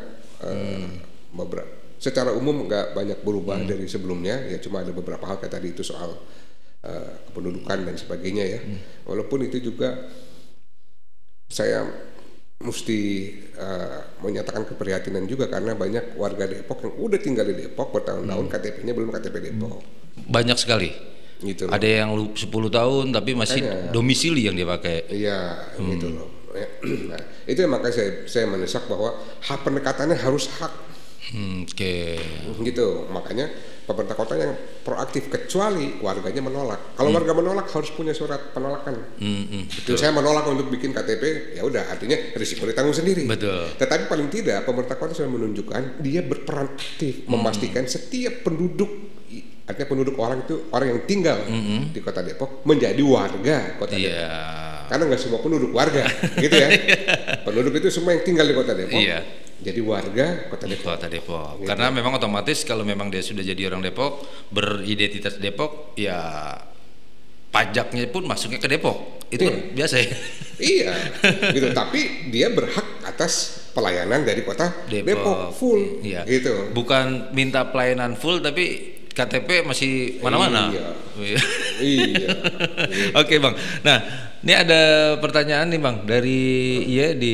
secara umum nggak banyak berubah dari sebelumnya, ya cuma ada beberapa hal kayak tadi itu soal kependudukan dan sebagainya ya. Walaupun itu juga saya mesti menyatakan keprihatinan juga karena banyak warga Depok yang udah tinggal di Depok bertahun-tahun KTP-nya belum KTP Depok. Banyak sekali. Gitu loh. Ada yang 10 tahun tapi masih domisili yang dia pakai. Iya, gitu loh. Nah, itu yang makanya saya mendesak bahwa hak pendekatannya harus hak Gitu, makanya pemerintah kota yang proaktif, kecuali warganya menolak. Kalau warga menolak harus punya surat penolakan. Itu saya menolak untuk bikin KTP, ya udah, artinya risiko ditanggung sendiri. Betul. Tetapi paling tidak pemerintah kota sudah menunjukkan dia berperan aktif memastikan setiap penduduk, artinya penduduk orang itu orang yang tinggal di Kota Depok menjadi warga Kota Depok. Karena nggak semua penduduk warga, gitu ya. Penduduk itu semua yang tinggal di Kota Depok. Jadi warga Kota Depok. Gitu. Karena memang otomatis kalau memang dia sudah jadi orang Depok, beridentitas Depok, ya pajaknya pun masuknya ke Depok. Itu kan biasa ya. Iya, gitu. Tapi dia berhak atas pelayanan dari Kota Depok full, gitu. Bukan minta pelayanan full tapi KTP masih mana-mana. Iya. Oke Bang. Nah, ini ada pertanyaan nih Bang dari di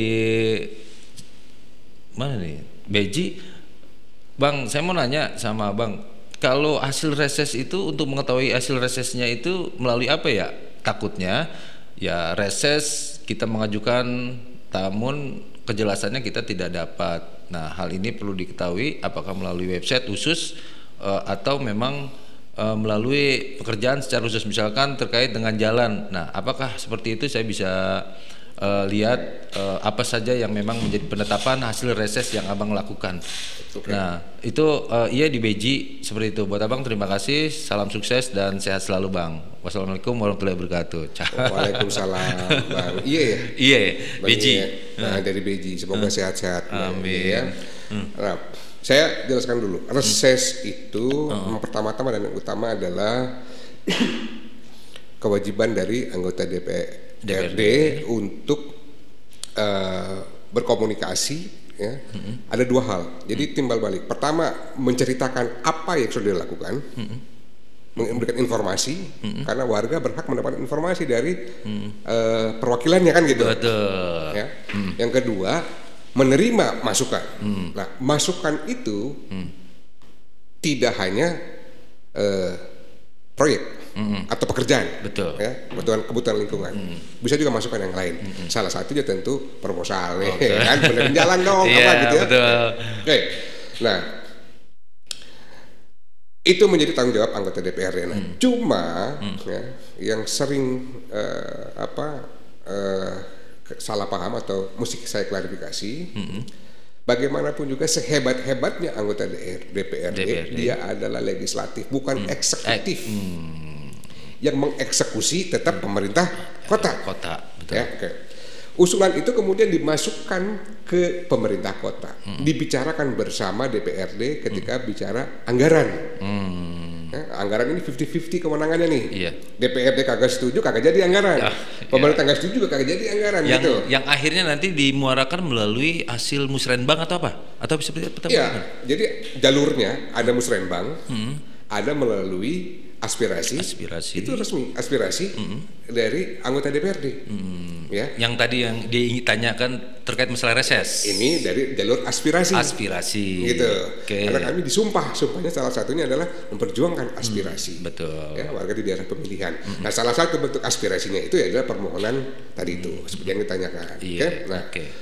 mana nih? Beji. Bang, saya mau nanya sama Bang, kalau hasil reses itu untuk mengetahui hasil resesnya itu melalui apa ya? Takutnya ya reses kita mengajukan namun kejelasannya kita tidak dapat. Nah, hal ini perlu diketahui apakah melalui website khusus atau memang melalui pekerjaan secara khusus, misalkan terkait dengan jalan. Nah, apakah seperti itu saya bisa lihat apa saja yang memang menjadi penetapan hasil reses yang Abang lakukan. Nah, itu di Beji seperti itu. Buat Abang terima kasih, salam sukses dan sehat selalu Bang. Wassalamualaikum warahmatullahi wabarakatuh. Waalaikumsalam Bang. Beji. Nah, dari Beji, semoga sehat-sehat. Amin. Nah, saya jelaskan dulu. Reses itu pertama-tama dan yang utama adalah kewajiban dari anggota DPRD untuk berkomunikasi. Ya. Ada dua hal. Jadi timbal balik. Pertama, menceritakan apa yang sudah dilakukan, memberikan informasi, karena warga berhak mendapatkan informasi dari perwakilannya kan gitu. Betul. Ya. Yang kedua, menerima masukan. Nah, masukan itu tidak hanya proyek atau pekerjaan, ya, kebutuhan lingkungan. Bisa juga masukan yang lain. Salah satunya tentu proposal, kan, benerin jalan dong, apa gitu ya. Oke. Nah, itu menjadi tanggung jawab anggota DPRD. Nah, cuma ya, yang sering salah paham atau mesti saya klarifikasi, bagaimanapun juga sehebat-hebatnya anggota DPRD, dia adalah legislatif, bukan eksekutif. Yang mengeksekusi tetap pemerintah kota. Betul. Ya, usulan itu kemudian dimasukkan ke pemerintah kota, dibicarakan bersama DPRD ketika bicara anggaran. Anggaran ini 50-50 kewenangannya nih. DPRD kagak setuju, kagak jadi anggaran. Pemerintah kagak setuju juga kagak jadi anggaran. Yang akhirnya nanti dimuarakan melalui hasil musrenbang atau apa? Atau seperti apa? Jadi jalurnya ada musrenbang, ada melalui aspirasi. Itu resmi aspirasi dari anggota DPRD. Ya. Yang tadi yang ditanyakan terkait masalah reses. Ini dari jalur aspirasi. Gitu. Karena kami sumpahnya salah satunya adalah memperjuangkan aspirasi. Betul. Ya, warga di daerah pemilihan. Nah, salah satu bentuk aspirasinya itu adalah permohonan tadi itu seperti yang ditanyakan. Nah,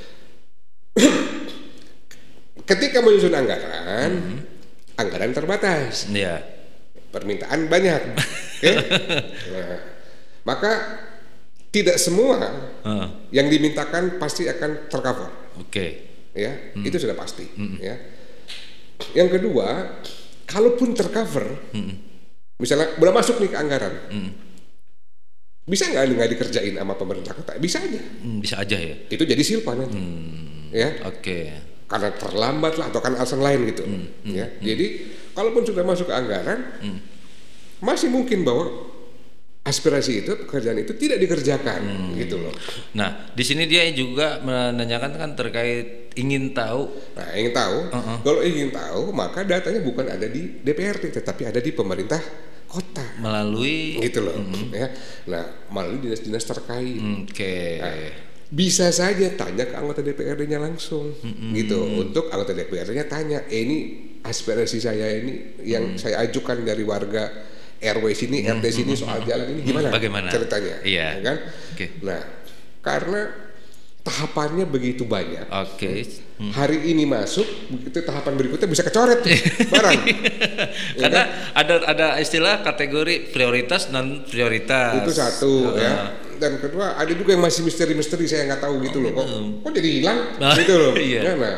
ketika menyusun anggaran, anggaran terbatas. Permintaan banyak. Nah, maka tidak semua yang dimintakan pasti akan tercover. Ya, itu sudah pasti. Ya. Yang kedua, kalaupun tercover, misalnya udah masuk nih ke anggaran, bisa nggak dikerjain sama pemerintah kota? Bisa aja. Bisa aja ya. Itu jadi silpa nanti. Ya. Karena terlambat lah atau kan alasan lain gitu. Ya. Jadi kalaupun sudah masuk ke anggaran, masih mungkin bahwa aspirasi itu, pekerjaan itu tidak dikerjakan, gitu loh. Nah, di sini dia juga menanyakan kan terkait ingin tahu. Nah, ingin tahu. Kalau ingin tahu, maka datanya bukan ada di DPRD, tetapi ada di pemerintah kota. Melalui, gitu loh. Ya. Nah, melalui dinas-dinas terkait. Nah, bisa saja tanya ke anggota DPRD-nya langsung, gitu. Untuk anggota DPRD-nya tanya, ini aspirasi saya ini yang saya ajukan dari warga RW sini, RT sini soal jalan ini gimana? Bagaimana Ceritanya? Iya. Ya kan? Nah, karena tahapannya begitu banyak. Oke. Hari ini masuk, begitu tahapan berikutnya bisa kecoret barang. Karena ada istilah kategori prioritas non prioritas. Itu satu ya. Dan kedua ada juga yang masih misteri-misteri saya nggak tahu gitu loh. Kok jadi hilang gitu loh. Iya. Nah,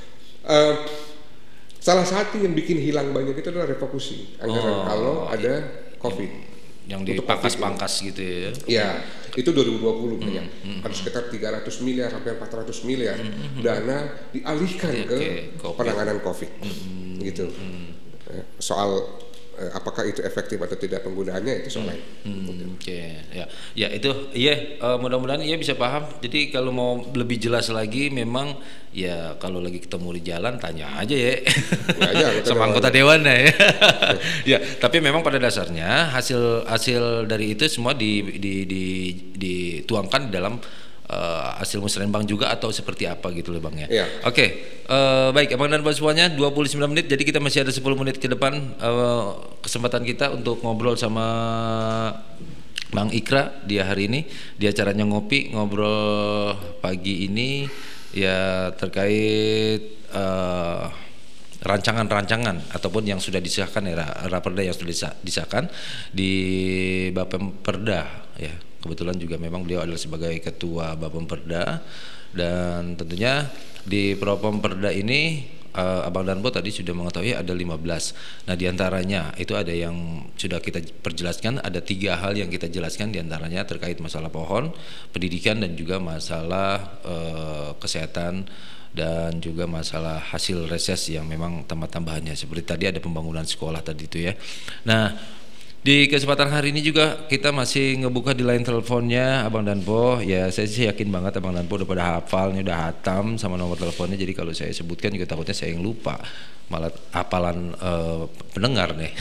salah satu yang bikin hilang banyak itu adalah refocusing anggaran kalau ada COVID. Yang dipangkas-pangkas gitu ya. Ya, itu 2020 banyak. Ada sekitar 300 miliar sampai 400 miliar dana dialihkan ke penanganan COVID. Gitu. Soal apakah itu efektif atau tidak penggunaannya itu soal lain. Ya itu mudah-mudahan bisa paham. Jadi kalau mau lebih jelas lagi memang ya kalau lagi ketemu di jalan tanya aja ya. Sama anggota dewan ya. Ya, tapi memang pada dasarnya hasil dari itu semua dituangkan dalam hasil musrenbang juga atau seperti apa gitu loh Bang ya. Ya. Oke. Baik Abang dan Bang semuanya 29 menit, jadi kita masih ada 10 menit ke depan kesempatan kita untuk ngobrol sama Bang Ikra dia hari ini di acaranya ngobrol pagi ini ya terkait rancangan-rancangan ataupun yang sudah disahkan raperda yang sudah disahkan di Bapemperda ya. Kebetulan juga memang beliau adalah sebagai ketua Bapemperda dan tentunya di Propemperda ini Abang Danpo tadi sudah mengetahui ada 15. Nah diantaranya itu ada yang sudah kita perjelaskan, ada 3 hal yang kita jelaskan diantaranya terkait masalah pohon, pendidikan dan juga masalah kesehatan dan juga masalah hasil reses yang memang tambahannya seperti tadi ada pembangunan sekolah tadi itu ya. Nah di kesempatan hari ini juga kita masih ngebuka di line teleponnya Abang Danpo. Ya saya sih yakin banget Abang Danpo udah pada hafal, udah hatam sama nomor teleponnya. Jadi kalau saya sebutkan juga takutnya saya yang lupa, malah hafalan pendengar nih.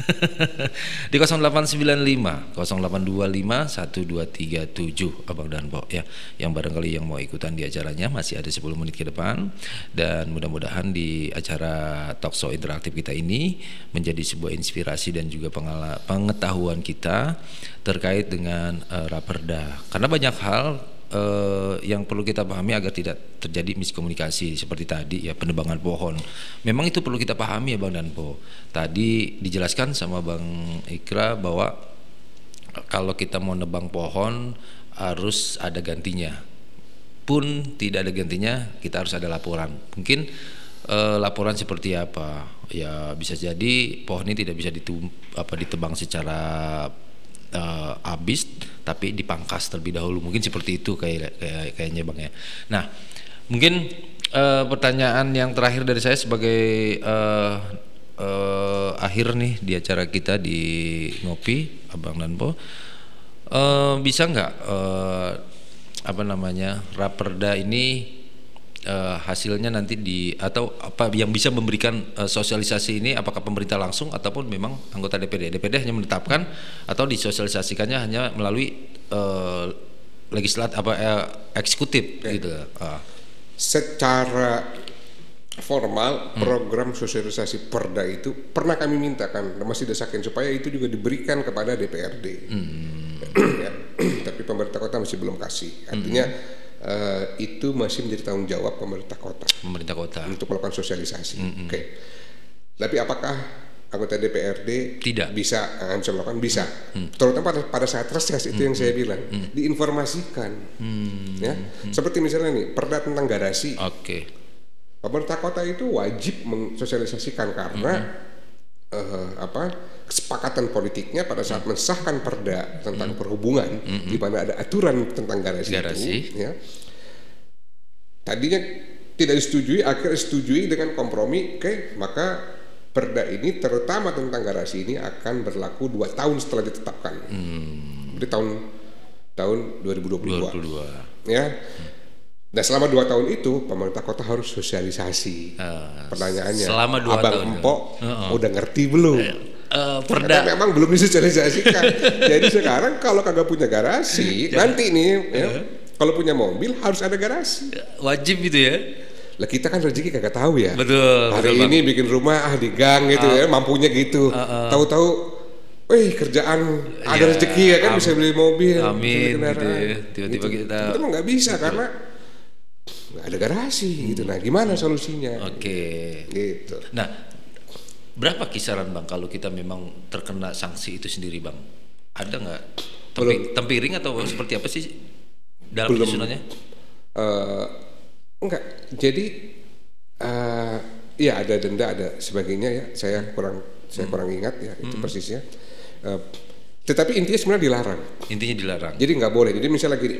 Di 0895 0825 1237 Abang Danpo ya. Yang barangkali yang mau ikutan di acaranya masih ada 10 menit ke depan dan mudah-mudahan di acara talkshow interaktif kita ini menjadi sebuah inspirasi dan juga pengetahuan kita terkait dengan raperda. Karena banyak hal yang perlu kita pahami agar tidak terjadi miskomunikasi seperti tadi ya, penebangan pohon. Memang itu perlu kita pahami ya Bang Danpo. Tadi dijelaskan sama Bang Ikra bahwa kalau kita mau nebang pohon harus ada gantinya. Pun tidak ada gantinya, kita harus ada laporan. Mungkin laporan seperti apa? Ya bisa jadi pohon ini tidak bisa ditebang secara habis, tapi dipangkas terlebih dahulu. Mungkin seperti itu kayaknya Bang ya. Nah, mungkin pertanyaan yang terakhir dari saya sebagai akhir nih di acara kita di Ngopi Abang Danpo, bisa nggak raperda ini hasilnya nanti atau apa yang bisa memberikan sosialisasi ini, apakah pemerintah langsung ataupun memang anggota DPD hanya menetapkan atau disosialisasikannya hanya melalui eksekutif gitu. Secara formal program sosialisasi perda itu pernah kami mintakan, masih desakin supaya itu juga diberikan kepada DPRD. Ya, tapi pemerintah kota masih belum kasih. Artinya itu masih menjadi tanggung jawab pemerintah kota untuk melakukan sosialisasi. Oke. Tapi apakah anggota DPRD tidak bisa melakukan? Bisa. Terutama pada saat reses itu yang saya bilang diinformasikan. Ya. Seperti misalnya nih perda tentang garasi. Pemerintah kota itu wajib mensosialisasikan karena kesepakatan politiknya pada saat mensahkan perda tentang perhubungan di mana ada aturan tentang garasi. Itu ya. Tadinya tidak disetujui, akhirnya disetujui dengan kompromi. Maka perda ini terutama tentang garasi ini akan berlaku 2 tahun setelah ditetapkan. Jadi tahun 2022. Ya. Dan selama 2 tahun itu pemerintah kota harus sosialisasi. Pertanyaannya, selama 2 Abang tahun Empok udah ngerti belum? Perda memang belum disosialisasikan. Jadi sekarang kalau kagak punya garasi, nanti nih kalau punya mobil harus ada garasi. Wajib gitu ya. Lah kita kan rezeki kagak tahu ya. Betul. Hari ini bikin rumah di gang gitu ya, mampunya gitu. Tahu-tahu kerjaan ada rezeki ya kan, bisa beli mobil, amin gitu ya. Tiba-tiba kita itu nggak bisa karena nggak ada garasi gitu. Nah, gimana solusinya? Oke. Gitu. Nah, berapa kisaran Bang kalau kita memang terkena sanksi itu sendiri Bang? Ada nggak tempiring atau seperti apa sih dalam penyusunannya? Enggak. Jadi ya ada denda, ada sebagainya ya. Saya kurang ingat ya itu persisnya. Tetapi intinya sebenarnya dilarang. Intinya dilarang. Jadi nggak boleh. Jadi misalnya gini,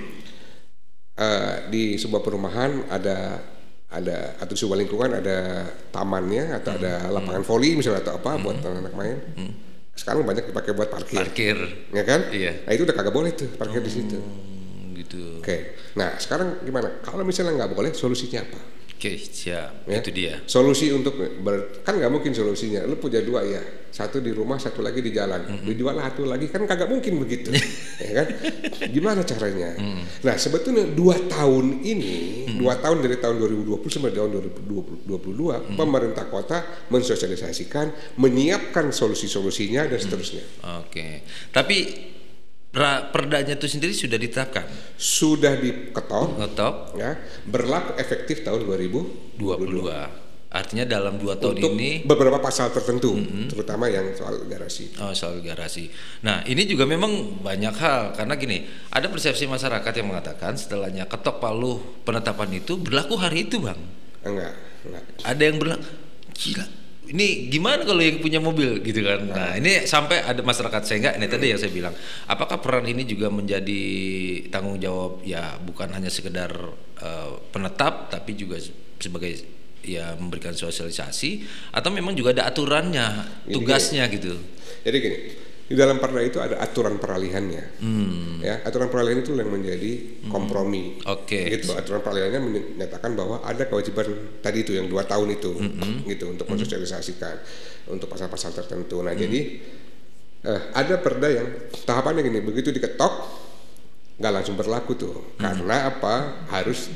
di sebuah perumahan ada atau sebuah lingkungan ada tamannya atau ada lapangan voli misalnya atau apa buat anak-anak main. Sekarang banyak dipakai buat parkir, ya kan? Iya. Nah itu udah kagak boleh tuh parkir di situ. Gitu. Oke. Nah sekarang gimana? Kalau misalnya nggak boleh, solusinya apa? Oke, siap. Ya? Itu dia. Solusi untuk kan nggak mungkin solusinya. Lu punya 2 ya, satu di rumah, satu lagi di jalan. Dijual satu lagi kan kagak mungkin begitu, ya kan? Gimana caranya? Nah sebetulnya 2 tahun ini, 2 tahun dari tahun 2020 sampai tahun 2022, pemerintah kota mensosialisasikan, menyiapkan solusi-solusinya dan seterusnya. Oke. Tapi perdanya itu sendiri sudah ditetapkan, sudah diketok, ya, berlaku efektif tahun 2022. Artinya dalam 2 tahun untuk ini beberapa pasal tertentu, terutama yang soal garasi. Oh, soal garasi. Nah, ini juga memang banyak hal karena gini, ada persepsi masyarakat yang mengatakan setelahnya ketok palu penetapan itu berlaku hari itu, Bang. Enggak. Ada yang berlaku. Gila. Ini gimana kalau yang punya mobil gitu kan? Nah ini sampai ada masyarakat sehingga ini tadi yang saya bilang, apakah peran ini juga menjadi tanggung jawab ya bukan hanya sekedar penetap tapi juga sebagai ya memberikan sosialisasi atau memang juga ada aturannya, tugasnya gitu. Jadi gini, di dalam perda itu ada aturan peralihannya, ya aturan peralihan itu yang menjadi kompromi. Gitu aturan peralihannya menyatakan bahwa ada kewajiban tadi itu yang 2 tahun itu, gitu untuk mensosialisasikan untuk pasal-pasal tertentu. Nah jadi ada perda yang tahapannya gini, begitu diketok nggak langsung berlaku tuh, karena apa harus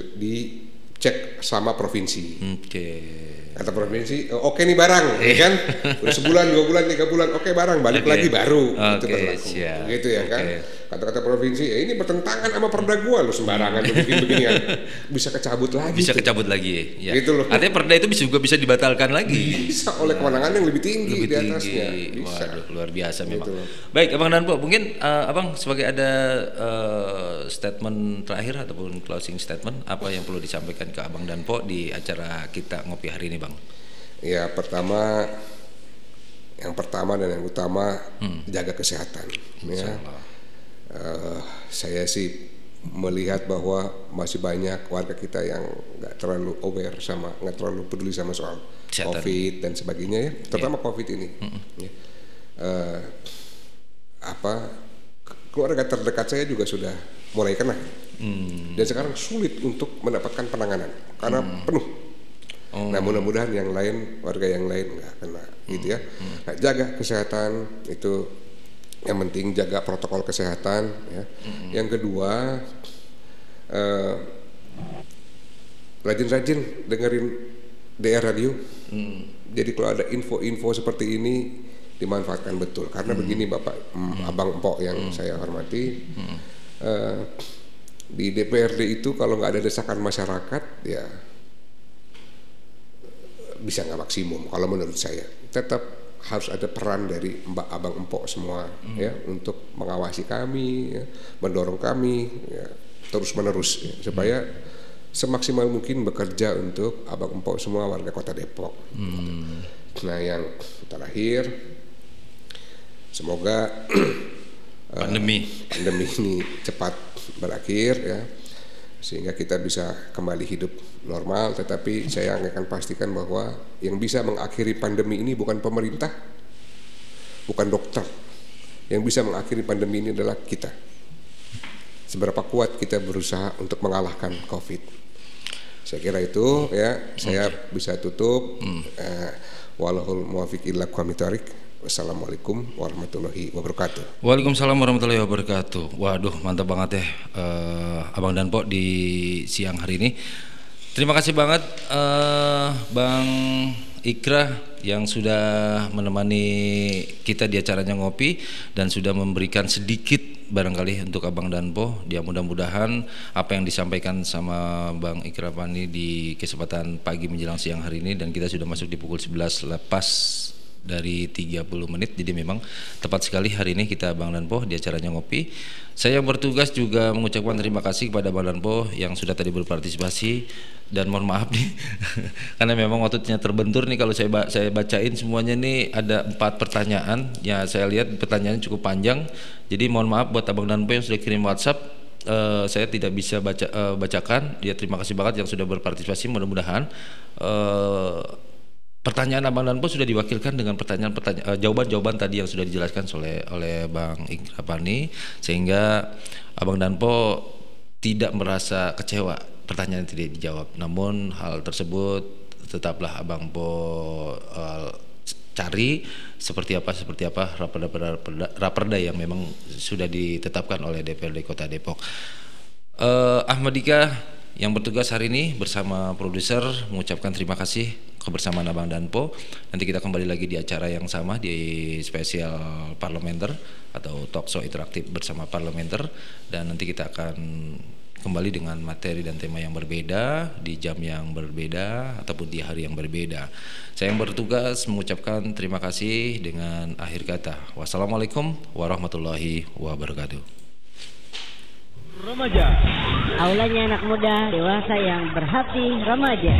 dicek sama provinsi. Kata provinsi, oke nih barang, kan? Udah sebulan, 2 bulan, 3 bulan, oke barang, balik lagi baru itu berlaku, gitu ya kan? Kata-kata provinsi, ini bertentangan sama perda gua, lu sembarangan lu bikin beginian, bisa kecabut lagi. Bisa kecabut lagi, ya. Gitu loh. Artinya perda itu juga bisa dibatalkan lagi. Bisa oleh kewenangan yang lebih tinggi di atasnya. Bisa. Waduh, luar biasa memang. Gitu. Baik, Abang Danpo, mungkin Abang sebagai ada statement terakhir ataupun closing statement, apa yang perlu disampaikan ke Abang Danpo di acara kita ngopi hari ini, Bang? Ya yang pertama dan yang utama jaga kesehatan. Ya. Saya sih melihat bahwa masih banyak warga kita yang nggak terlalu aware sama, nggak terlalu peduli sama soal kesehatan. COVID dan sebagainya ya, terutama COVID ini. Ya. Keluarga terdekat saya juga sudah mulai kena dan sekarang sulit untuk mendapatkan penanganan karena penuh. Nah mudah-mudahan yang lain, warga yang lain nggak kena gitu ya. Nah, jaga kesehatan itu yang penting, jaga protokol kesehatan ya. Yang kedua rajin-rajin dengerin DR Radio. Jadi kalau ada info-info seperti ini dimanfaatkan betul karena begini Bapak Abang Empok yang saya hormati, di DPRD itu kalau nggak ada desakan masyarakat ya bisa nggak maksimum. Kalau menurut saya tetap harus ada peran dari Mbak Abang Empok semua ya untuk mengawasi kami ya, mendorong kami ya, terus menerus ya, supaya semaksimal mungkin bekerja untuk Abang Empok semua warga Kota Depok. Nah yang terakhir, semoga pandemi ini cepat berakhir ya, sehingga kita bisa kembali hidup normal. Tetapi saya akan pastikan bahwa yang bisa mengakhiri pandemi ini bukan pemerintah, bukan dokter. Yang bisa mengakhiri pandemi ini adalah kita. Seberapa kuat kita berusaha untuk mengalahkan COVID. Saya kira itu ya, saya bisa tutup. Wallahul muwaffiq ila aqwamit thoriq. Wassalamualaikum warahmatullahi wabarakatuh. Waalaikumsalam warahmatullahi wabarakatuh. Waduh, mantap banget ya Abang Danpo di siang hari ini. Terima kasih banget Bang Ikra yang sudah menemani kita di acaranya ngopi dan sudah memberikan sedikit barangkali untuk Abang Danpo. Dia mudah-mudahan apa yang disampaikan sama Bang Ikra Pani di kesempatan pagi menjelang siang hari ini, dan kita sudah masuk di pukul 11 lepas dari 30 menit, jadi memang tepat sekali hari ini kita Bang Danpo di acaranya ngopi. Saya bertugas juga mengucapkan terima kasih kepada Bang Danpo yang sudah tadi berpartisipasi, dan mohon maaf nih karena memang waktunya terbentur nih, kalau saya bacain semuanya nih ada 4 pertanyaan ya, saya lihat pertanyaannya cukup panjang, jadi mohon maaf buat Abang Danpo yang sudah kirim WhatsApp. Saya tidak bisa bacakan. Ya, terima kasih banget yang sudah berpartisipasi. Mudah-mudahan pertanyaan Abang Danpo sudah diwakilkan dengan jawaban-jawaban tadi yang sudah dijelaskan oleh Bang Ikra Pani, sehingga Abang Danpo tidak merasa kecewa pertanyaan tidak dijawab. Namun hal tersebut tetaplah Abang Po cari seperti apa raperda yang memang sudah ditetapkan oleh DPRD Kota Depok. Ahmad Dika yang bertugas hari ini bersama produser mengucapkan terima kasih kebersamaan Abang Danpo. Nanti kita kembali lagi di acara yang sama, di spesial parlementer atau talk show interaktif bersama parlementer, dan nanti kita akan kembali dengan materi dan tema yang berbeda, di jam yang berbeda, ataupun di hari yang berbeda. Saya yang bertugas mengucapkan terima kasih dengan akhir kata. Wassalamualaikum warahmatullahi wabarakatuh. Remaja, aulanya anak muda, dewasa yang berhati remaja.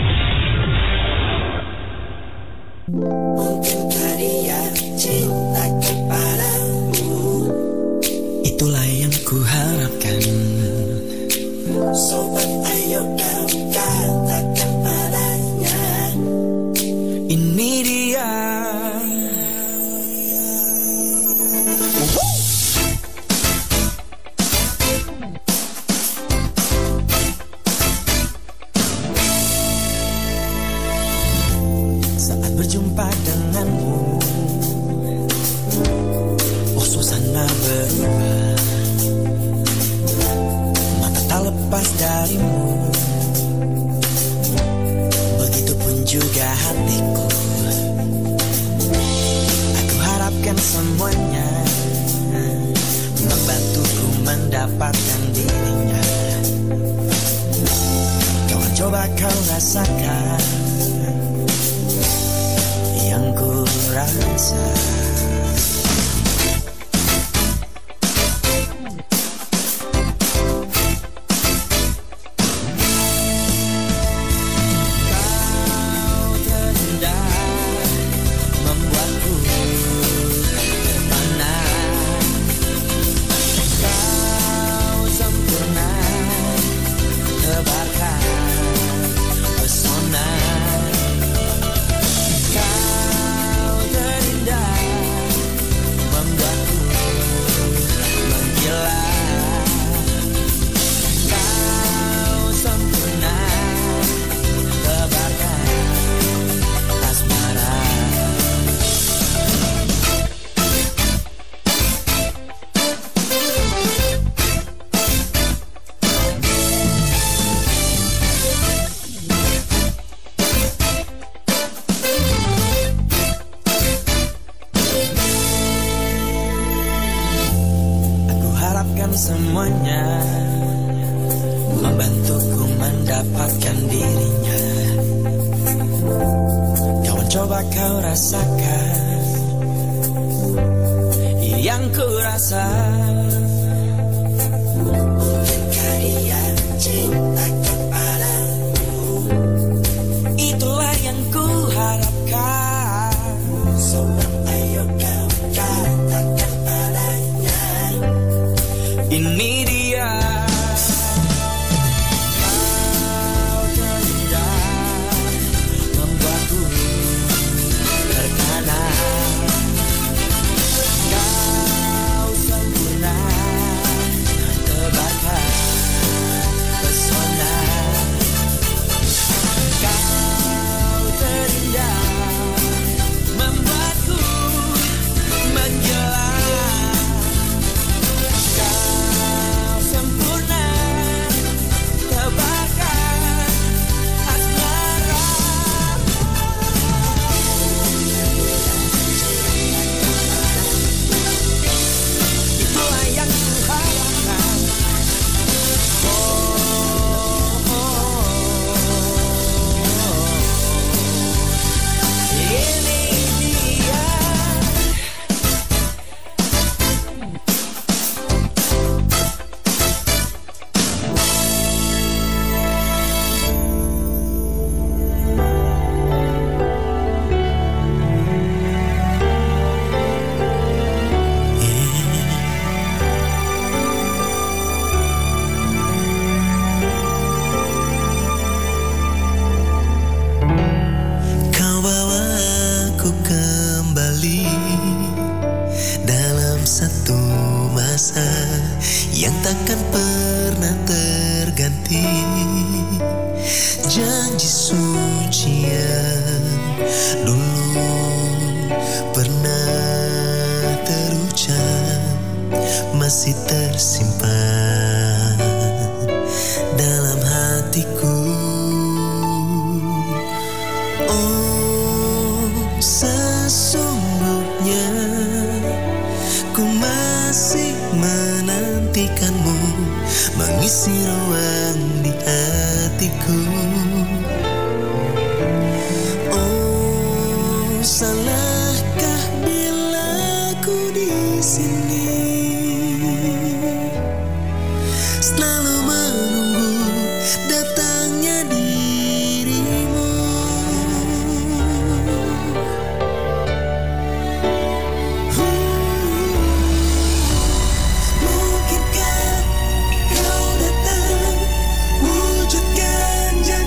Mungkinkah dia cinta kepadamu? Itulah yang kuharapkan. Sobat, ayo kau katakan padanya, ini dia. Saat berjumpa denganmu, oh suasana berubah, mata tak lepas darimu, begitupun juga hatiku. Aku harapkan semuanya membantuku mendapatkan dirinya. Kawan, coba kau rasakan yang ku rasa. Kau terindah, membuatku terpana. Kau sempurna, tebarkan pesona. Semuanya membantuku mendapatkan dirinya. Kawan, coba kau rasakan yang ku rasa. Mungkinkah dia cinta kepadamu? Itulah yang ku harapkan. Sobat, ayo kau katakan padanya, ini dia. Kau terindah, membuatku terkana. Kau sempurna, yang takkan pernah terganti, janji suci yang dulu pernah terucap masih tersimpan dalam hatiku. Oh, sesungguhnya ku masih menantikanmu, mengisi ruang di hatiku. Oh, salahkah bila ku di sini selalu menunggu datangnya dirimu. Mungkinkah kau datang wujudkan janji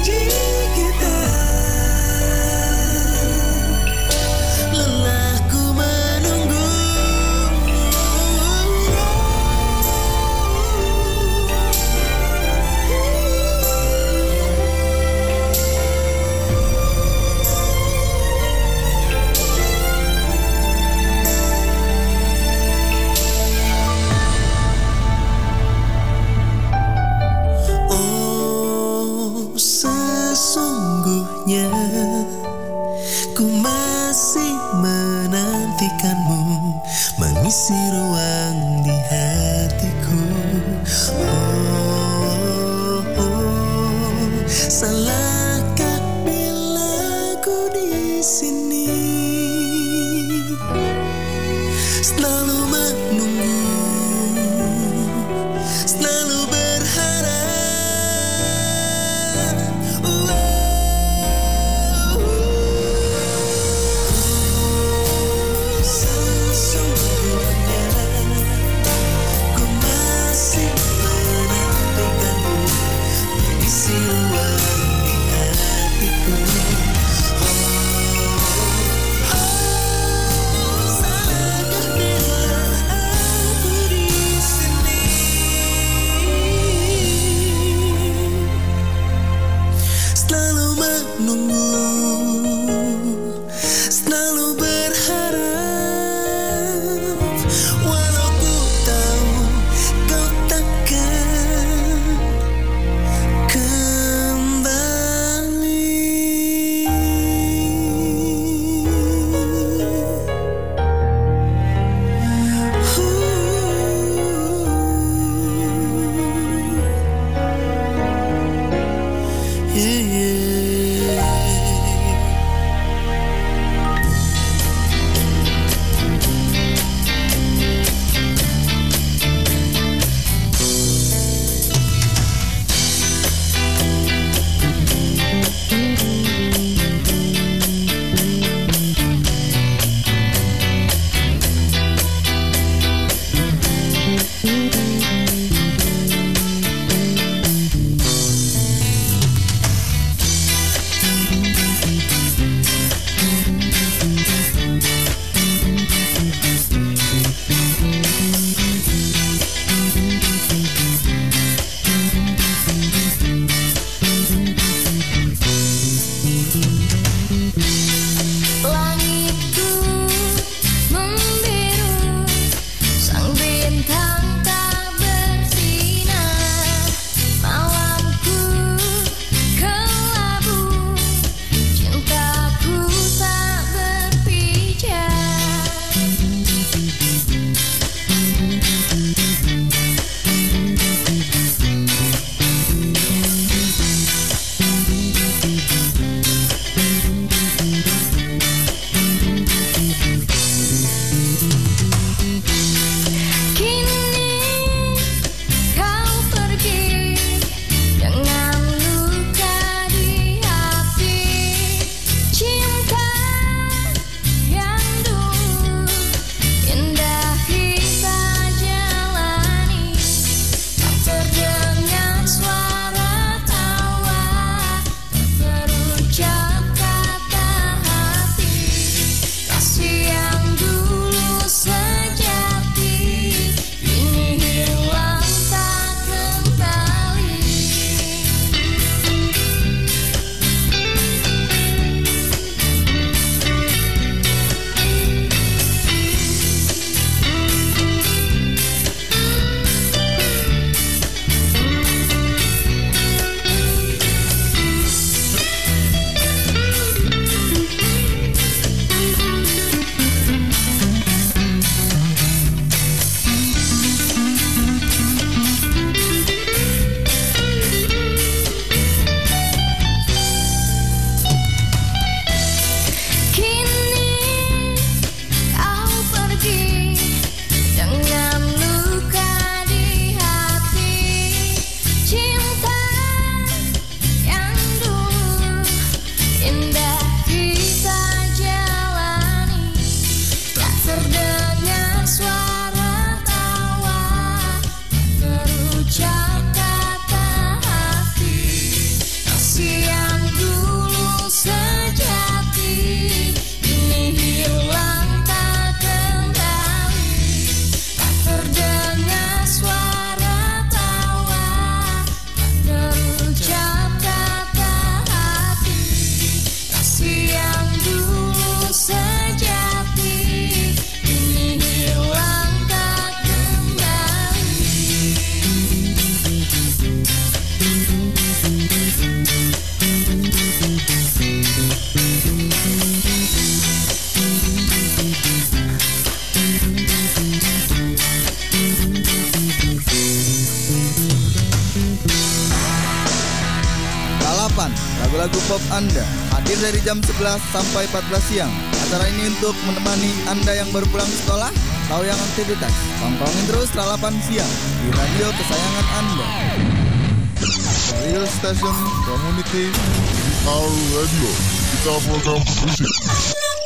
lagu-lagu pop Anda. Hadir dari jam 11 sampai 14 siang. Acara ini untuk menemani Anda yang baru pulang sekolah atau yang aktivitas. Tongkrongin terus Ralapan Siang di radio kesayangan Anda. Real Station Community Our Radio. Kita program musik.